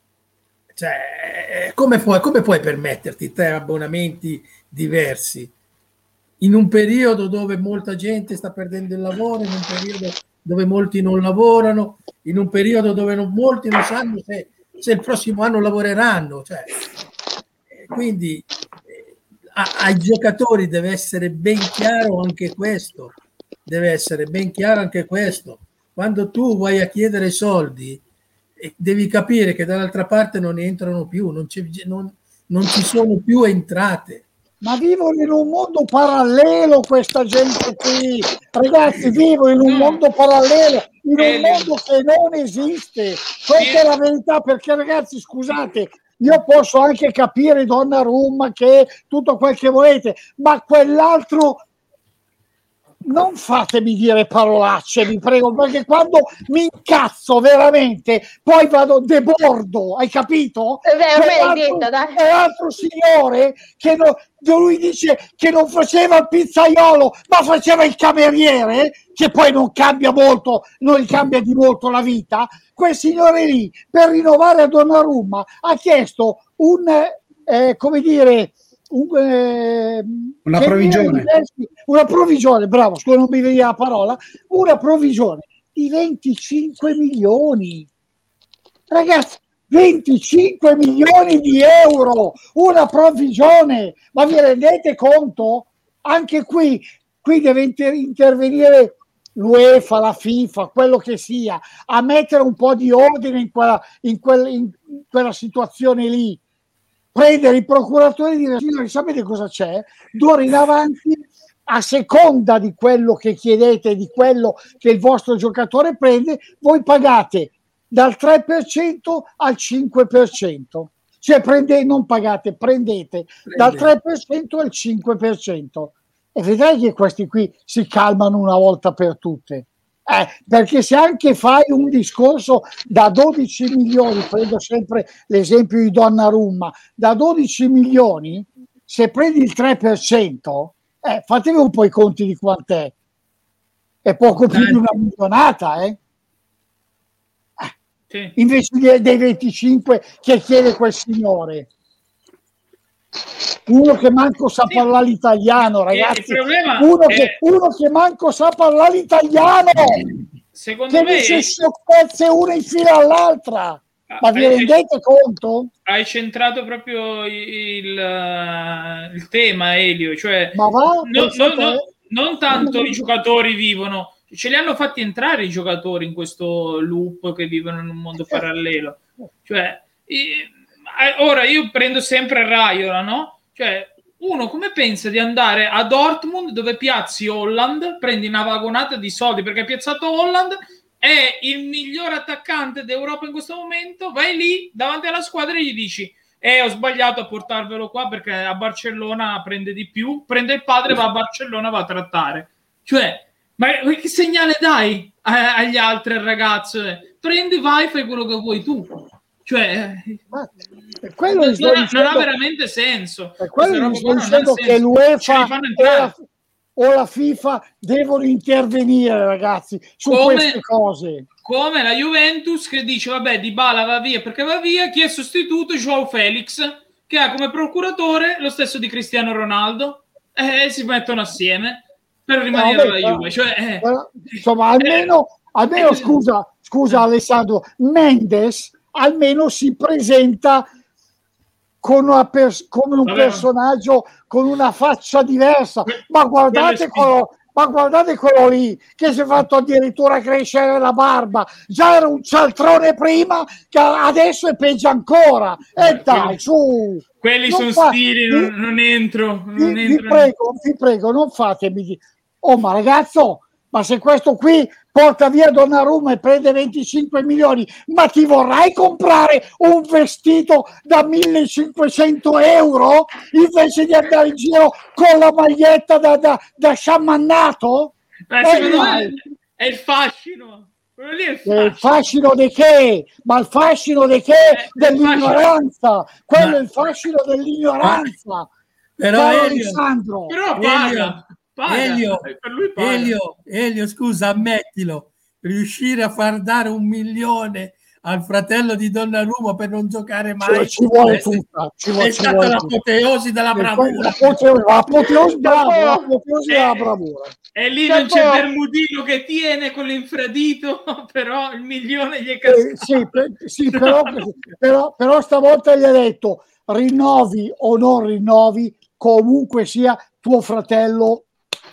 Cioè, come puoi, come puoi permetterti tre abbonamenti diversi in un periodo dove molta gente sta perdendo il lavoro, in un periodo dove molti non lavorano, in un periodo dove non, molti non sanno se, se il prossimo anno lavoreranno. Cioè, quindi ai giocatori deve essere ben chiaro anche questo, deve essere ben chiaro anche questo. Quando tu vai a chiedere soldi, devi capire che dall'altra parte non entrano più, non, c'è, non, non ci sono più entrate. Ma vivono in un mondo parallelo questa gente qui, ragazzi, vivono in un mondo parallelo, in un mondo che non esiste. Questa è la verità, perché ragazzi, scusate, io posso anche capire Donnarumma, che tutto quel che volete, ma quell'altro non fatemi dire parolacce, vi prego, perché quando mi incazzo veramente poi vado debordo, hai capito? È vero, l'hai detta, dai. È l'altro signore che no, lui dice che non faceva il pizzaiolo ma faceva il cameriere, che poi non cambia molto, non cambia di molto la vita. Quel signore lì, per rinnovare a Donnarumma, ha chiesto un eh, come dire Un, eh, una provvigione diversi, una provvigione, bravo, scusa, non mi veniva la parola, una provvigione di venticinque milioni, ragazzi, venticinque milioni di euro, una provvigione, ma vi rendete conto? Anche qui, qui deve inter- intervenire l'UEFA, la FIFA, quello che sia, a mettere un po' di ordine in quella, in quella, in quella situazione lì. Prendere i procuratori di dire, sapete cosa c'è? D'ora in avanti, a seconda di quello che chiedete, di quello che il vostro giocatore prende, voi pagate dal tre per cento al cinque per cento. Cioè prendete, non pagate, prendete Prende. dal tre per cento al cinque per cento. E vedrai che questi qui si calmano una volta per tutte. Eh, perché se anche fai un discorso da dodici milioni, prendo sempre l'esempio di Donnarumma, da dodici milioni, se prendi il tre per cento, eh, fatevi un po' i conti di quant'è. È poco più di una milionata, eh? eh. Sì. Invece dei venticinque che chiede quel signore. Uno che manco sa sì. parlare l'italiano, ragazzi. Uno, è... che, uno che manco sa parlare l'italiano. Secondo che me dice sciocchezze una in fila all'altra. Ma vi rendete conto? Hai centrato proprio il, il tema, Elio. Cioè, Ma va, no, no, no, non tanto i giocatori vivono, ce li hanno fatti entrare i giocatori in questo loop che vivono in un mondo parallelo. Cioè, ora io prendo sempre Raiola, no? Cioè, uno come pensa di andare a Dortmund dove piazzi Holland, prendi una vagonata di soldi perché hai piazzato Holland, è il miglior attaccante d'Europa in questo momento, vai lì davanti alla squadra e gli dici eh ho sbagliato a portarvelo qua perché a Barcellona prende di più, prende il padre, va a Barcellona, va a trattare. Cioè, ma che segnale dai agli altri al ragazzo? Prendi, vai, fai quello che vuoi tu. Cioè, quello non, non ha veramente senso. È quello che sto dicendo, che l'UEFA o la, o la FIFA devono intervenire, ragazzi, su come, queste cose. Come la Juventus che dice vabbè Dybala va via perché va via, chi è sostituto? Joao Felix, che ha come procuratore lo stesso di Cristiano Ronaldo, e eh, si mettono assieme per rimanere alla no, Juve. Cioè, eh, insomma, almeno, eh, almeno eh, scusa, scusa eh. Alessandro, Mendes almeno si presenta con una pers- come un Vabbè. personaggio con una faccia diversa, ma guardate quello, ma guardate quello lì che si è fatto addirittura crescere la barba, già era un cialtrone prima, che adesso è peggio ancora. E eh, dai, quelli, su, quelli sono fa- stili, vi, non, non entro, non vi, entro vi prego, vi prego, non fatemi. Oh, ma ragazzo, ma se questo qui porta via Donnarumma e prende venticinque milioni, ma ti vorrai comprare un vestito da millecinquecento euro invece di andare in giro con la maglietta da, da, da sciamannato? Beh, secondo me è il fascino. Quello lì è il fascino. Il fascino di che? Ma il fascino di che? Eh, dell'ignoranza. Quello ma... è il fascino dell'ignoranza. Però Alessandro. Però paga. Elio, Elio, Elio, scusa, ammettilo, riuscire a far dare un milione al fratello di Donnarumma per non giocare mai, cioè, ci vuole tutta, ci vuole, è ci stata vuole l'apoteosi della bravura, l'apoteosi della bravura, e lì non c'è Bermudino che tiene con l'infradito, però il milione gli è cascato. Eh, sì, per, sì però, però, però stavolta gli ha detto rinnovi o non rinnovi, comunque sia tuo fratello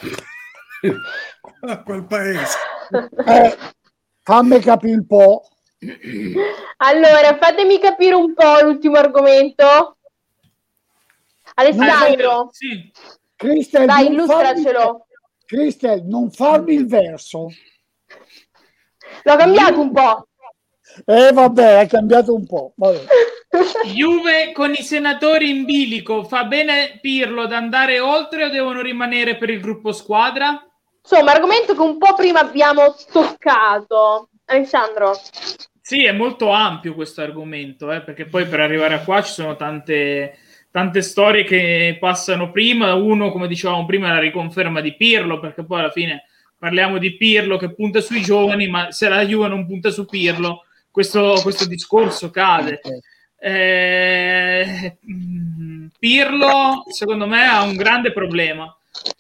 a quel paese. Eh, fammi capire un po'. Allora, fatemi capire un po' l'ultimo argomento. Alessandro, eh, sì. Cristel, dai, illustracelo. Cristel, non farmi il verso. L'ho cambiato un po'. Eh vabbè, hai cambiato un po'. Vabbè. Juve con i senatori in bilico, fa bene Pirlo ad andare oltre o devono rimanere per il gruppo squadra? Insomma, argomento che un po' prima abbiamo toccato. Alessandro. Sì, è molto ampio questo argomento, eh, perché poi per arrivare a qua ci sono tante, tante storie che passano prima. Uno, come dicevamo prima, è la riconferma di Pirlo, perché poi alla fine parliamo di Pirlo che punta sui giovani, ma se la Juve non punta su Pirlo, questo, questo discorso cade. Eh, Pirlo secondo me ha un grande problema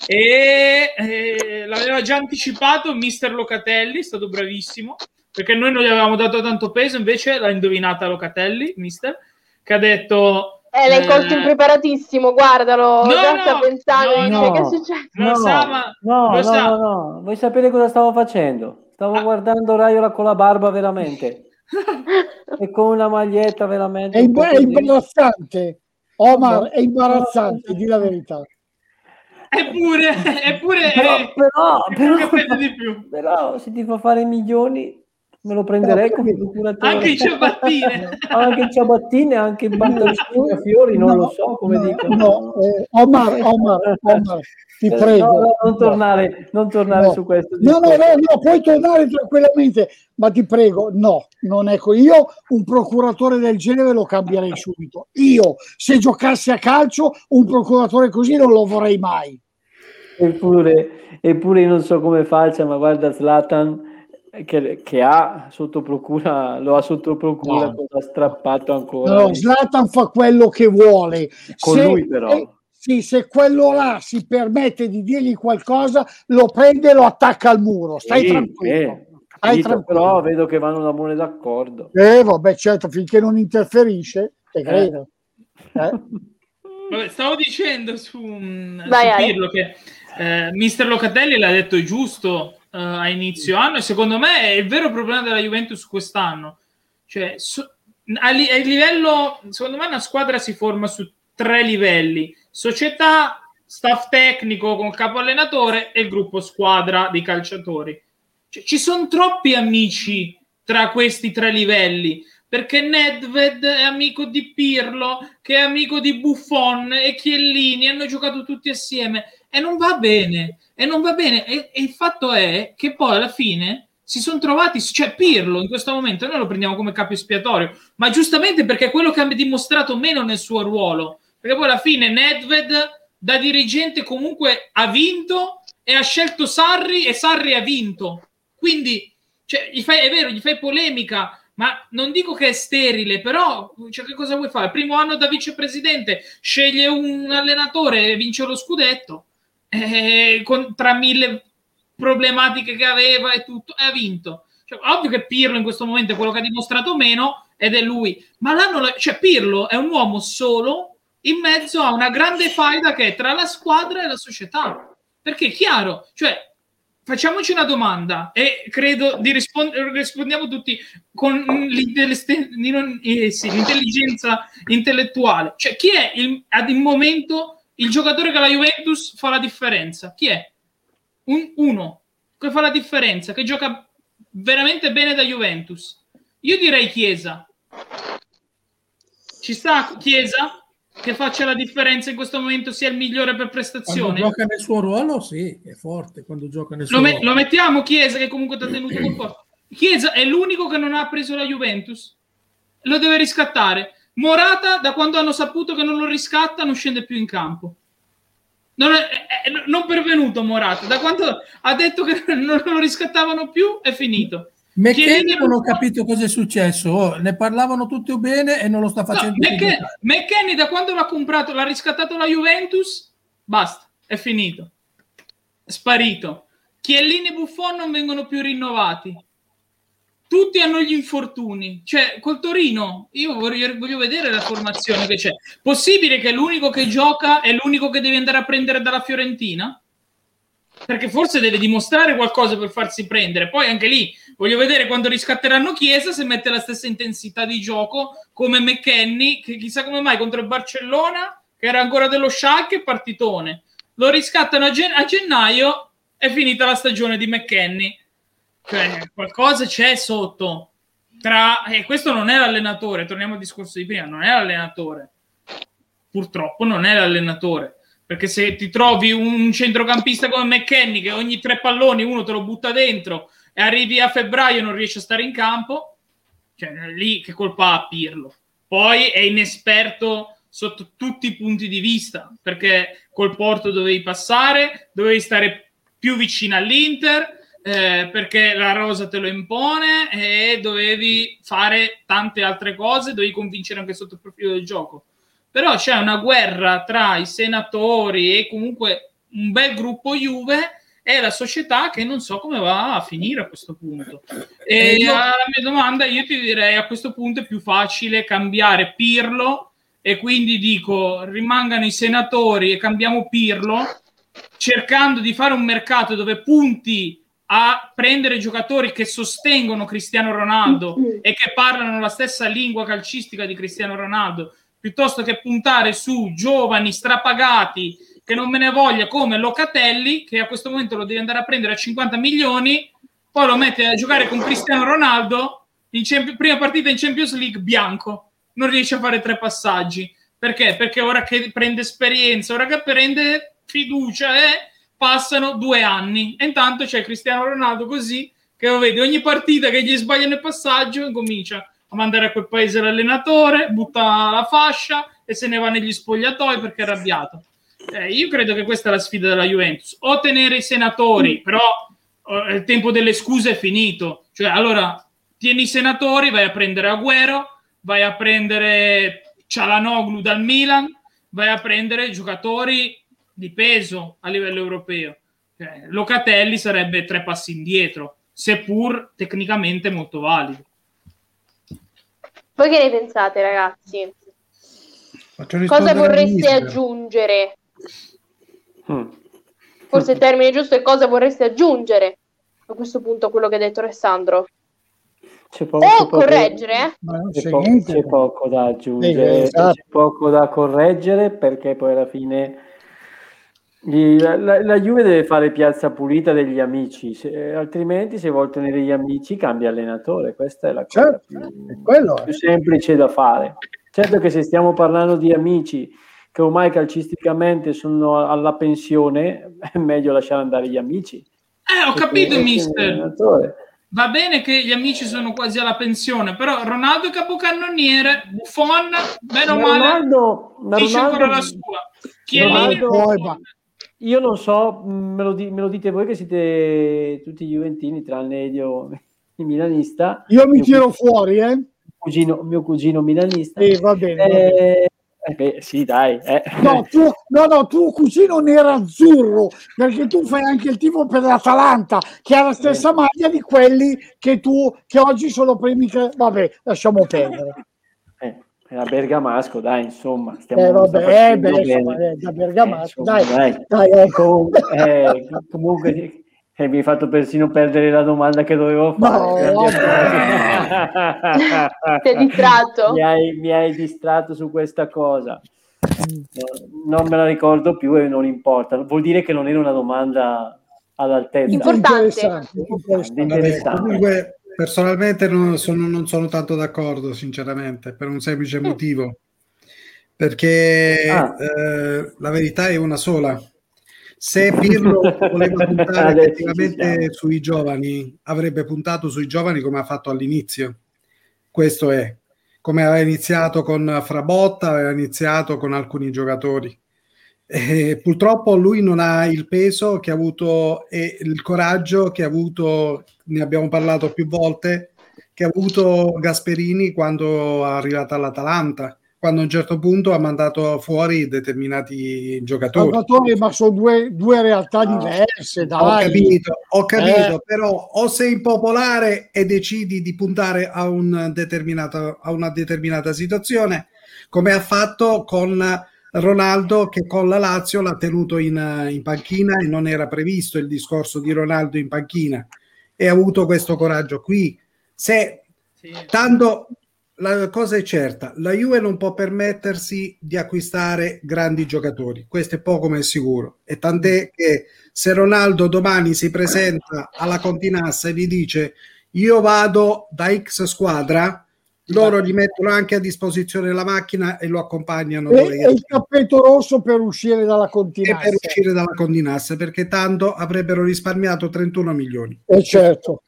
e eh, l'aveva già anticipato mister Locatelli, è stato bravissimo perché noi non gli avevamo dato tanto peso, invece l'ha indovinata Locatelli, mister, che ha detto eh, l'hai colto eh, impreparatissimo, guardalo, no, già no, sta pensando no, no, che è successo. No, sa, ma, no, no, sa. no, no, vuoi sapere cosa stavo facendo? Stavo ah. guardando Raiola con la barba veramente e con una maglietta veramente è, imb- è imbarazzante Omar, è imbarazzante, di la verità. Eppure, eppure però, è, però, è però, però, di più. Però se ti fa fare milioni me lo prenderei come procuratore. Anche in ciabattine, anche in ciabattine, anche in battaglie a fiori, non no, lo so come no, dicono. No, eh, Omar, Omar, Omar, ti prego. No, no, non tornare, non tornare no. su questo. No, no, no, no, puoi tornare tranquillamente, ma ti prego, no, non è così. Io un procuratore del genere lo cambierei subito. Io, se giocassi a calcio, un procuratore così non lo vorrei mai. Eppure, eppure io non so come faccia, ma guarda Zlatan che, che ha sotto procura, lo ha sotto procura, no. ha strappato ancora. No, Zlatan fa quello che vuole. Con se, lui però. Eh, sì, se quello là si permette di dirgli qualcosa, lo prende e lo attacca al muro. Stai sì, tranquillo. Eh, Stai tranquillo. Però vedo che vanno da buone d'accordo. Eh, vabbè, certo, finché non interferisce, te credo. Eh. Eh. Vabbè, stavo dicendo su, Vai, su Pirlo che eh, mister Locatelli l'ha detto giusto uh, a inizio anno e secondo me è il vero problema della Juventus quest'anno. Cioè, su, a, li, a livello, secondo me una squadra si forma su tre livelli: società, staff tecnico con capo allenatore e il gruppo squadra dei calciatori. Cioè, ci sono troppi amici tra questi tre livelli, perché Nedved è amico di Pirlo, che è amico di Buffon e Chiellini, hanno giocato tutti assieme e non va bene, e non va bene e, e il fatto è che poi alla fine si sono trovati, cioè Pirlo in questo momento noi lo prendiamo come capo espiatorio, ma giustamente perché è quello che ha dimostrato meno nel suo ruolo, perché poi alla fine Nedved da dirigente comunque ha vinto e ha scelto Sarri e Sarri ha vinto. Quindi, cioè, gli fai, è vero, gli fai polemica, ma non dico che è sterile, però cioè, che cosa vuoi fare? Il primo anno da vicepresidente sceglie un allenatore e vince lo scudetto, eh, con, tra mille problematiche che aveva e tutto, e ha vinto. Cioè, ovvio che Pirlo in questo momento è quello che ha dimostrato meno ed è lui, ma l'hanno, cioè Pirlo è un uomo solo in mezzo a una grande faida che è tra la squadra e la società, perché è chiaro, cioè facciamoci una domanda e credo di rispondere, rispondiamo tutti con eh, sì, l'intelligenza intellettuale, cioè chi è il, ad il momento il giocatore che alla Juventus fa la differenza? Chi è? Un, uno che fa la differenza, che gioca veramente bene da Juventus. Io direi Chiesa. Ci sta Chiesa che faccia la differenza in questo momento, sia il migliore per prestazione? Quando gioca nel suo ruolo, sì, è forte quando gioca nel suo lo, me- ruolo. lo mettiamo Chiesa, che comunque ti ha tenuto col posto. Chiesa è l'unico che non ha preso la Juventus, lo deve riscattare. Morata, da quando hanno saputo che non lo riscatta, non scende più in campo. Non è, è, è non pervenuto Morata, da quando ha detto che non lo riscattavano più, è finito. McKennie non ho capito cosa è successo, oh, ne parlavano tutti bene e non lo sta facendo. No, McKennie, McKennie da quando l'ha comprato, l'ha riscattato la Juventus, basta, è finito, è sparito. Chiellini e Buffon non vengono più rinnovati, tutti hanno gli infortuni, cioè col Torino io voglio, voglio vedere la formazione che c'è. Possibile che l'unico che gioca è l'unico che deve andare a prendere dalla Fiorentina? Perché forse deve dimostrare qualcosa per farsi prendere. Poi anche lì voglio vedere quando riscatteranno Chiesa se mette la stessa intensità di gioco come McKennie, che chissà come mai contro il Barcellona, che era ancora dello Schalke, partitone, lo riscattano a, gen- a gennaio, è finita la stagione di McKennie. Cioè qualcosa c'è sotto tra... e questo non è l'allenatore, torniamo al discorso di prima, non è l'allenatore, purtroppo non è l'allenatore. Perché se ti trovi un centrocampista come McKennie che ogni tre palloni uno te lo butta dentro e arrivi a febbraio e non riesci a stare in campo, cioè lì che colpa ha Pirlo? Poi è inesperto sotto tutti i punti di vista, perché col Porto dovevi passare, dovevi stare più vicino all'Inter, eh, perché la rosa te lo impone e dovevi fare tante altre cose, dovevi convincere anche sotto il profilo del gioco. Però c'è una guerra tra i senatori e comunque un bel gruppo Juve e la società che non so come va a finire a questo punto. E io... alla mia domanda io ti direi a questo punto è più facile cambiare Pirlo e quindi dico rimangano i senatori e cambiamo Pirlo, cercando di fare un mercato dove punti a prendere giocatori che sostengono Cristiano Ronaldo e che parlano la stessa lingua calcistica di Cristiano Ronaldo, piuttosto che puntare su giovani strapagati che non me ne voglia come Locatelli, che a questo momento lo devi andare a prendere a cinquanta milioni, poi lo mette a giocare con Cristiano Ronaldo in Champions, prima partita in Champions League bianco, non riesce a fare tre passaggi. Perché? Perché ora che prende esperienza, ora che prende fiducia e eh, passano due anni e intanto c'è Cristiano Ronaldo così che lo vedi ogni partita che gli sbagliano il passaggio e comincia a mandare a quel paese l'allenatore, butta la fascia e se ne va negli spogliatoi perché è arrabbiato. Eh, io credo che questa è la sfida della Juventus, o tenere i senatori, però eh, il tempo delle scuse è finito, cioè allora tieni i senatori, vai a prendere Agüero, vai a prendere Çalhanoğlu dal Milan, vai a prendere giocatori di peso a livello europeo. Eh, Locatelli sarebbe tre passi indietro, seppur tecnicamente molto valido. Voi che ne pensate, ragazzi? Cosa vorreste aggiungere? Hmm. Forse il termine giusto è cosa vorreste aggiungere a questo punto a quello che ha detto Alessandro? C'è poco, o c'è correggere, eh? poco, c'è, po- c'è poco da aggiungere, esatto. C'è poco da correggere perché poi alla fine gli, la, la, la Juve deve fare piazza pulita degli amici, se, altrimenti se vuol tenere gli amici cambia allenatore, questa è la cosa certo, più, quello, più semplice da fare. Certo che se stiamo parlando di amici che ormai calcisticamente sono alla pensione, è meglio lasciare andare gli amici. Eh, ho capito, mister. Va bene che gli amici sono quasi alla pensione, però Ronaldo è capocannoniere, Buffon, bene o male, Ronaldo, dice Ronaldo, ancora la sua. Chiellini, Ronaldo, io non so, me lo, di, me lo dite voi che siete tutti juventini, tranne io, il milanista. Io mi mio tiro cugino, fuori, eh? Cugino, mio cugino milanista. Eh, va bene, va bene. Eh, eh, beh, sì, dai. Eh. No, tu, no, no, tuo cugino nerazzurro, perché tu fai anche il tifo per l'Atalanta, che ha la stessa maglia di quelli che tu, che oggi sono primi. Che... Vabbè, lasciamo perdere. Eh, era bergamasco, dai, insomma. Stiamo, Eh, vabbè, stiamo eh, beh, bene. insomma, eh, da bergamasco, Eh, dai, insomma, dai. dai, eh. Comunque, eh, comunque eh, mi hai fatto persino perdere la domanda che dovevo fare. No, Ti hai distratto? Mi hai, mi hai distratto su questa cosa. No, non me la ricordo più e non importa. Vuol dire che non era una domanda all'altezza. Importante. Interessante, interessante. Interessante. Comunque, personalmente non sono, non sono tanto d'accordo, sinceramente, per un semplice motivo. Perché Ah. eh, la verità è una sola. Se Pirlo voleva puntare effettivamente sui giovani, avrebbe puntato sui giovani come ha fatto all'inizio. Questo è. Come aveva iniziato con Frabotta, aveva iniziato con alcuni giocatori. E purtroppo lui non ha il peso che ha avuto e il coraggio che ha avuto, ne abbiamo parlato più volte, che ha avuto Gasperini quando è arrivato all'Atalanta, quando a un certo punto ha mandato fuori determinati giocatori. Salvatore, ma sono due, due realtà no. diverse, dai. Ho capito, ho capito, eh. però o sei impopolare e decidi di puntare a, un determinato, a una determinata situazione, come ha fatto con Ronaldo, che con la Lazio l'ha tenuto in, in panchina e non era previsto il discorso di Ronaldo in panchina, e ha avuto questo coraggio qui. Se sì. Tanto la cosa è certa, la Juve non può permettersi di acquistare grandi giocatori, questo è poco ma è sicuro, e tant'è che se Ronaldo domani si presenta alla Continassa e gli dice io vado da X squadra, loro gli mettono anche a disposizione la macchina e lo accompagnano e, e il cappetto rosso per uscire dalla Continassa, e per uscire dalla Continassa, perché tanto avrebbero risparmiato trentuno milioni. E certo.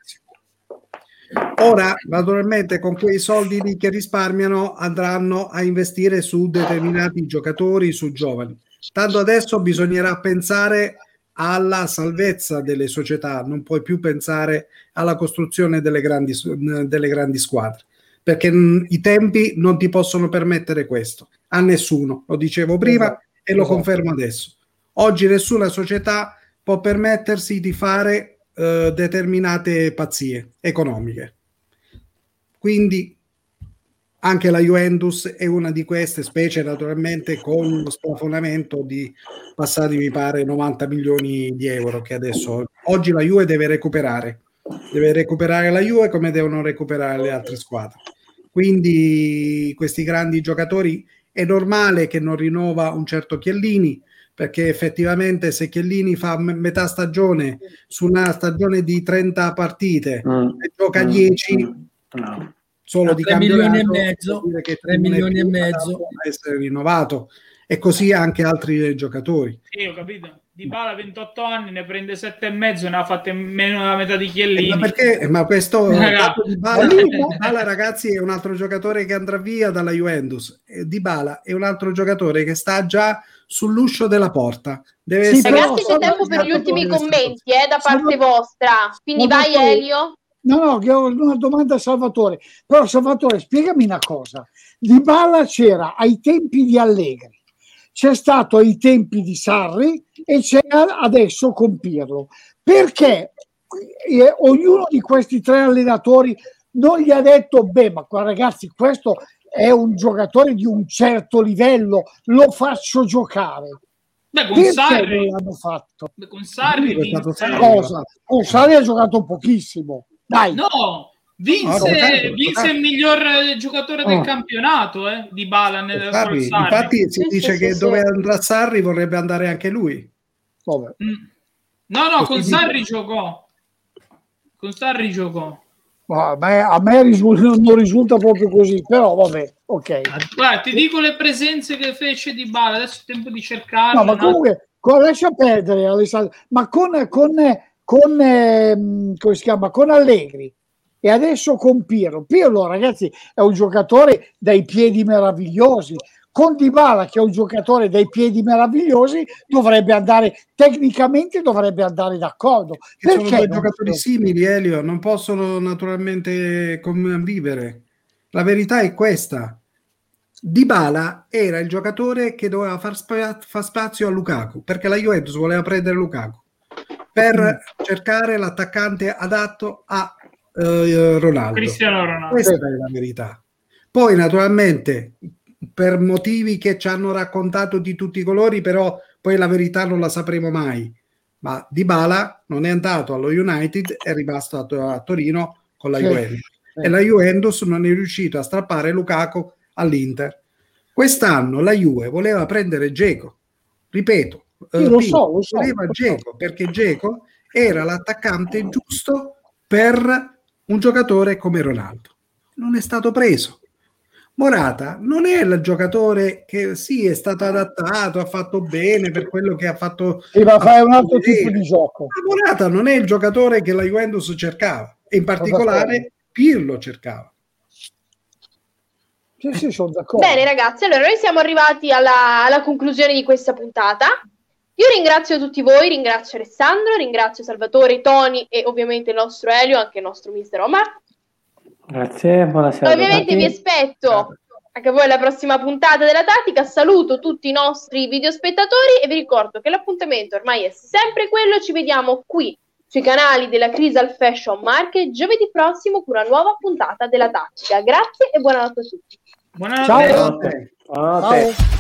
Ora, naturalmente, con quei soldi lì che risparmiano andranno a investire su determinati giocatori, su giovani. Tanto adesso bisognerà pensare alla salvezza delle società, non puoi più pensare alla costruzione delle grandi, delle grandi squadre, perché mh, i tempi non ti possono permettere questo, a nessuno, lo dicevo prima esatto, e lo esatto. confermo adesso. Oggi nessuna società può permettersi di fare Uh, determinate pazzie economiche, quindi anche la Juventus è una di queste, specie naturalmente con lo splafonamento di passati mi pare novanta milioni di euro che adesso oggi la Juve deve recuperare deve recuperare la Juve come devono recuperare le altre squadre, quindi questi grandi giocatori è normale che non rinnova un certo Chiellini, perché effettivamente se Chiellini fa metà stagione su una stagione di trenta partite mm. e gioca dieci mm. no. solo a di tre milioni e mezzo, che tre milioni e mezzo a essere rinnovato, e così anche altri giocatori. Sì, ho capito. Dybala ventotto anni, ne prende sette e mezzo, ne ha fatte meno della metà di Chiellini. Eh, ma perché? Ma questo Dybala, Dybala, ragazzi, è un altro giocatore che andrà via dalla Juventus. Dybala è un altro giocatore che sta già sull'uscio della porta. Deve sì, essere... Ragazzi, c'è tempo per gli ultimi commenti eh, da parte vostra. Quindi vai, Elio. No, no, che ho una domanda a Salvatore. Però Salvatore, spiegami una cosa. Dybala c'era ai tempi di Allegri, c'è stato ai tempi di Sarri e c'è adesso con Pirlo. Perché eh, ognuno di questi tre allenatori non gli ha detto beh, ma ragazzi, questo è un giocatore di un certo livello, lo faccio giocare. Beh, con Sarri non l'hanno fatto? Beh, con Sarri, cosa? Con Sarri ha giocato pochissimo. Dai. No, vinse, no, vinse il miglior giocatore del oh. campionato, eh, Dybala nel Sarri. Sarri. Infatti si sì, dice sì, che sì, dove sì. andrà Sarri vorrebbe andare anche lui. Vabbè. Mm. No, no, con Sarri giocò. Con Sarri giocò. A me, a me risulta, non risulta proprio così, però vabbè, ok. Guarda, ti dico le presenze che fece Dybala, adesso è tempo di cercarle. No, ma comunque, con, lascia perdere Alessandro, ma con, con, con, eh, come si chiama? Con Allegri e adesso con Pirlo. Pirlo, ragazzi, è un giocatore dai piedi meravigliosi. con Dybala, che è un giocatore dai piedi meravigliosi, dovrebbe andare tecnicamente dovrebbe andare d'accordo. Che sono due non giocatori simili, Elio, non possono naturalmente convivere. La verità è questa. Dybala era il giocatore che doveva far, spa- far spazio a Lukaku, perché la Juventus voleva prendere Lukaku per mm. cercare l'attaccante adatto a uh, Ronaldo. Cristiano Ronaldo. Questa è la verità. Poi naturalmente per motivi che ci hanno raccontato di tutti i colori, però poi la verità non la sapremo mai. Ma Dybala non è andato allo United, è rimasto a, a Torino con la sì, Juventus sì. E la Juventus non è riuscito a strappare Lukaku all'Inter. Quest'anno la Juve voleva prendere Dzeko, ripeto, sì, lo so, lo so, voleva Dzeko perché Dzeko era l'attaccante giusto per un giocatore come Ronaldo. Non è stato preso. Morata non è il giocatore che sì è stato adattato, ha fatto bene per quello che ha fatto. Sì, ma fai un altro bene. tipo di gioco. Ma Morata non è il giocatore che la Juventus cercava, e in particolare Pirlo cercava. Sì, sì, sono d'accordo. Bene ragazzi, allora noi siamo arrivati alla, alla conclusione di questa puntata. Io ringrazio tutti voi, ringrazio Alessandro, ringrazio Salvatore, Tony e ovviamente il nostro Elio, anche il nostro mister Omar. Grazie, buonasera. Ovviamente vi aspetto anche voi alla prossima puntata della Tattica. Saluto tutti i nostri videospettatori e vi ricordo che l'appuntamento ormai è sempre quello. Ci vediamo qui sui canali della Crystal Fashion Market giovedì prossimo con una nuova puntata della Tattica. Grazie e buonanotte a tutti. Buonanotte. Ciao. Buonanotte. Buonanotte. Ciao.